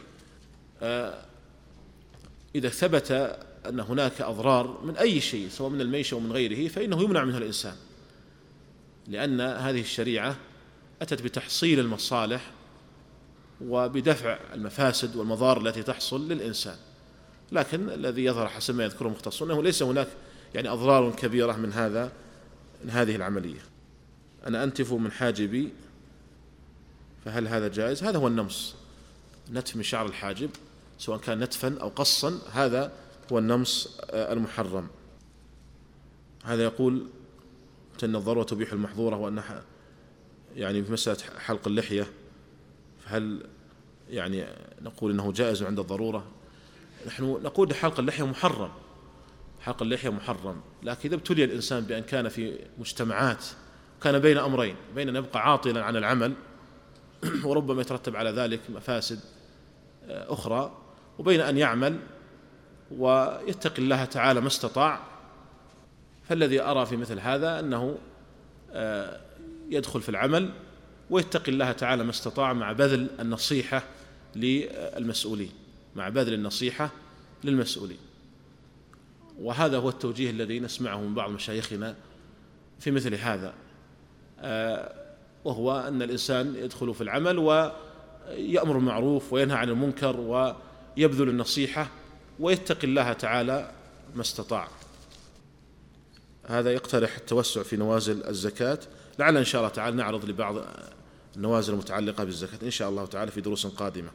إذا ثبت أن هناك أضرار من أي شيء سواء من الميش أو من غيره فإنه يمنع منه الإنسان، لأن هذه الشريعة أتت بتحصيل المصالح وبدفع المفاسد والمضار التي تحصل للإنسان. لكن الذي يظهر حسب ما يذكره المختصون أنه ليس هناك يعني أضرار كبيرة من هذا من هذه العملية. أنا أنتف من حاجبي فهل هذا جائز؟ هذا هو النمص، نتف من شعر الحاجب سواء كان نتفا أو قصا، هذا هو النمص المحرم. هذا يقول أن الضرورة تبيح المحظورة، وأن يعني في مسألة حلق اللحية فهل يعني نقول أنه جائز عند الضرورة؟ نحن نقول حلق اللحية محرم، حلق اللحية محرم، لكن إذا ابتلي الإنسان بأن كان في مجتمعات كان بين أمرين، بين أن يبقى عاطلا عن العمل وربما يترتب على ذلك مفاسد أخرى، وبين أن يعمل ويتقي الله تعالى ما استطاع، فالذي أرى في مثل هذا أنه يدخل في العمل ويتقي الله تعالى ما استطاع مع بذل النصيحة للمسؤولين، مع بذل النصيحة للمسؤولين. وهذا هو التوجيه الذي نسمعه من بعض مشايخنا في مثل هذا، وهو أن الإنسان يدخل في العمل ويأمر بالمعروف وينهى عن المنكر ويبذل النصيحة ويتقي الله تعالى ما استطاع. هذا يقترح التوسع في نوازل الزكاة، لعل إن شاء الله تعالى نعرض لبعض النوازل المتعلقة بالزكاة إن شاء الله تعالى في دروس قادمة.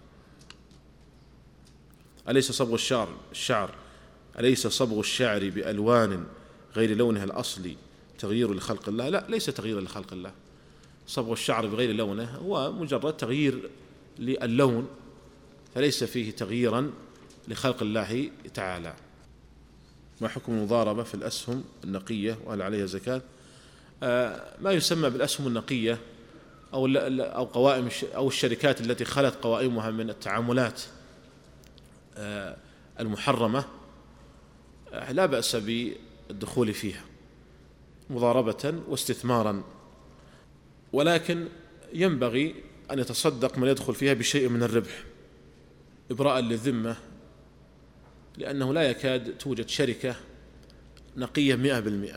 أليس صبغ الشعر الشعر أليس صبغ الشعر بألوان غير لونها الأصلي تغيير لخلق الله؟ لا، ليس تغيير لخلق الله. صبغ الشعر بغير لونه هو مجرد تغيير للون، فليس فيه تغييرا لخلق الله تعالى. ما حكم المضاربة في الأسهم النقية وهل عليها زكاة؟ آه ما يسمى بالأسهم النقية أو أو قوائم أو الشركات التي خلت قوائمها من التعاملات آه المحرمة آه لا بأس بالدخول فيها مضاربة واستثمارا، ولكن ينبغي أن يتصدق من يدخل فيها بشيء من الربح إبراء للذمة، لأنه لا يكاد توجد شركة نقية مئة بالمئة.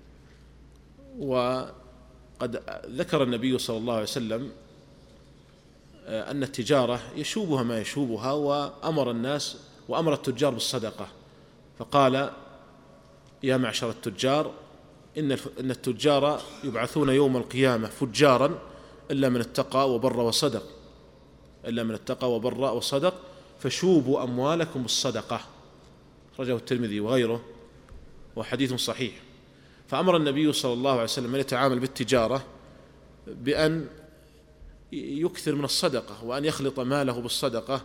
وقد ذكر النبي صلى الله عليه وسلم أن التجارة يشوبها ما يشوبها، وأمر الناس وأمر التجار بالصدقة، فقال: يا معشر التجار إن إن التجار يبعثون يوم القيامة فجارا إلا من اتقى وبر وصدق إلا من اتقى وبر وصدق فشوبوا أموالكم بالصدقة. أخرجه الترمذي وغيره وحديث صحيح. فأمر النبي صلى الله عليه وسلم من يتعامل بالتجارة بأن يكثر من الصدقة وأن يخلط ماله بالصدقة،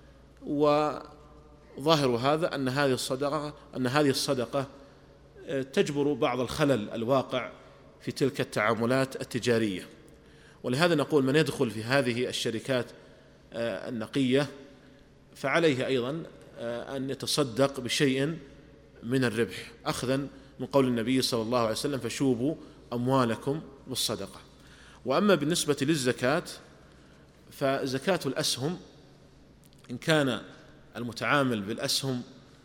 وظاهر هذا أن هذه الصدقة أن هذه الصدقة تجبر بعض الخلل الواقع في تلك التعاملات التجارية. ولهذا نقول من يدخل في هذه الشركات النقية فعليه أيضا أن يتصدق بشيء من الربح، أخذا من قول النبي صلى الله عليه وسلم: فشوبوا أموالكم بالصدقة. وأما بالنسبة للزكاة فزكاة الأسهم إن كان المتعامل بالأسهم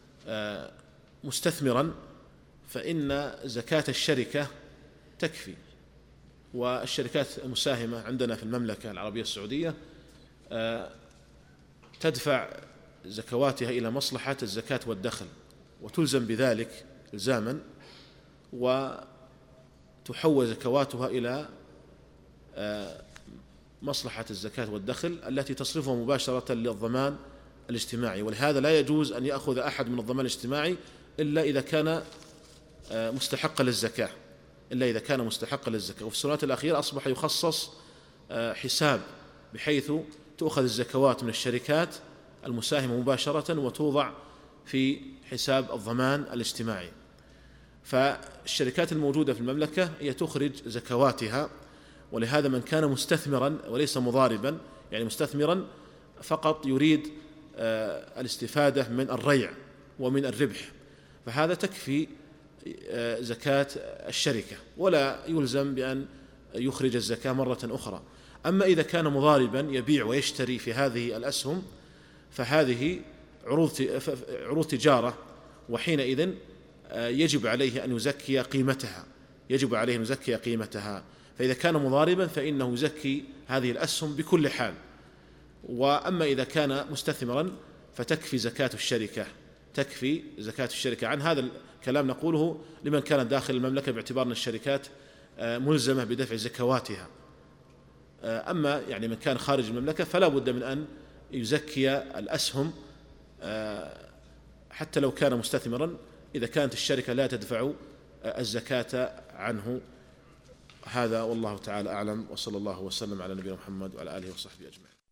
مستثمرا فإن زكاة الشركة تكفي. والشركات المساهمة عندنا في المملكة العربية السعودية تدفع زكواتها إلى مصلحة الزكاة والدخل، وتلزم بذلك إلزاما، وتحول زكواتها إلى مصلحة الزكاة والدخل التي تصرفها مباشرة للضمان الاجتماعي، ولهذا لا يجوز أن يأخذ أحد من الضمان الاجتماعي إلا إذا كان مستحقا للزكاة إلا إذا كان مستحقا للزكاة. وفي السنوات الأخيرة أصبح يخصص حساب بحيث تؤخذ الزكوات من الشركات المساهمة مباشرة وتوضع في حساب الضمان الاجتماعي. فالشركات الموجودة في المملكة هي تخرج زكواتها، ولهذا من كان مستثمرا وليس مضاربا، يعني مستثمرا فقط يريد الاستفادة من الريع ومن الربح، فهذا تكفي زكاة الشركة ولا يلزم بأن يخرج الزكاة مرة أخرى. أما إذا كان مضاربا يبيع ويشتري في هذه الأسهم فهذه عروض تجارة، وحينئذ يجب عليه أن يزكي قيمتها يجب عليه أن يزكي قيمتها فإذا كان مضاربا فإنه يزكي هذه الأسهم بكل حال. وأما إذا كان مستثمرا فتكفي زكاة الشركة تكفي زكاة الشركة عن هذا الكلام نقوله لمن كان داخل المملكة، باعتبار أن الشركات ملزمة بدفع زكواتها. أما يعني من كان خارج المملكة فلا بد من أن يزكي الأسهم حتى لو كان مستثمرا إذا كانت الشركة لا تدفع الزكاة عنه. هذا والله تعالى أعلم، وصلى الله وسلم على نبينا محمد وعلى آله وصحبه أجمعين.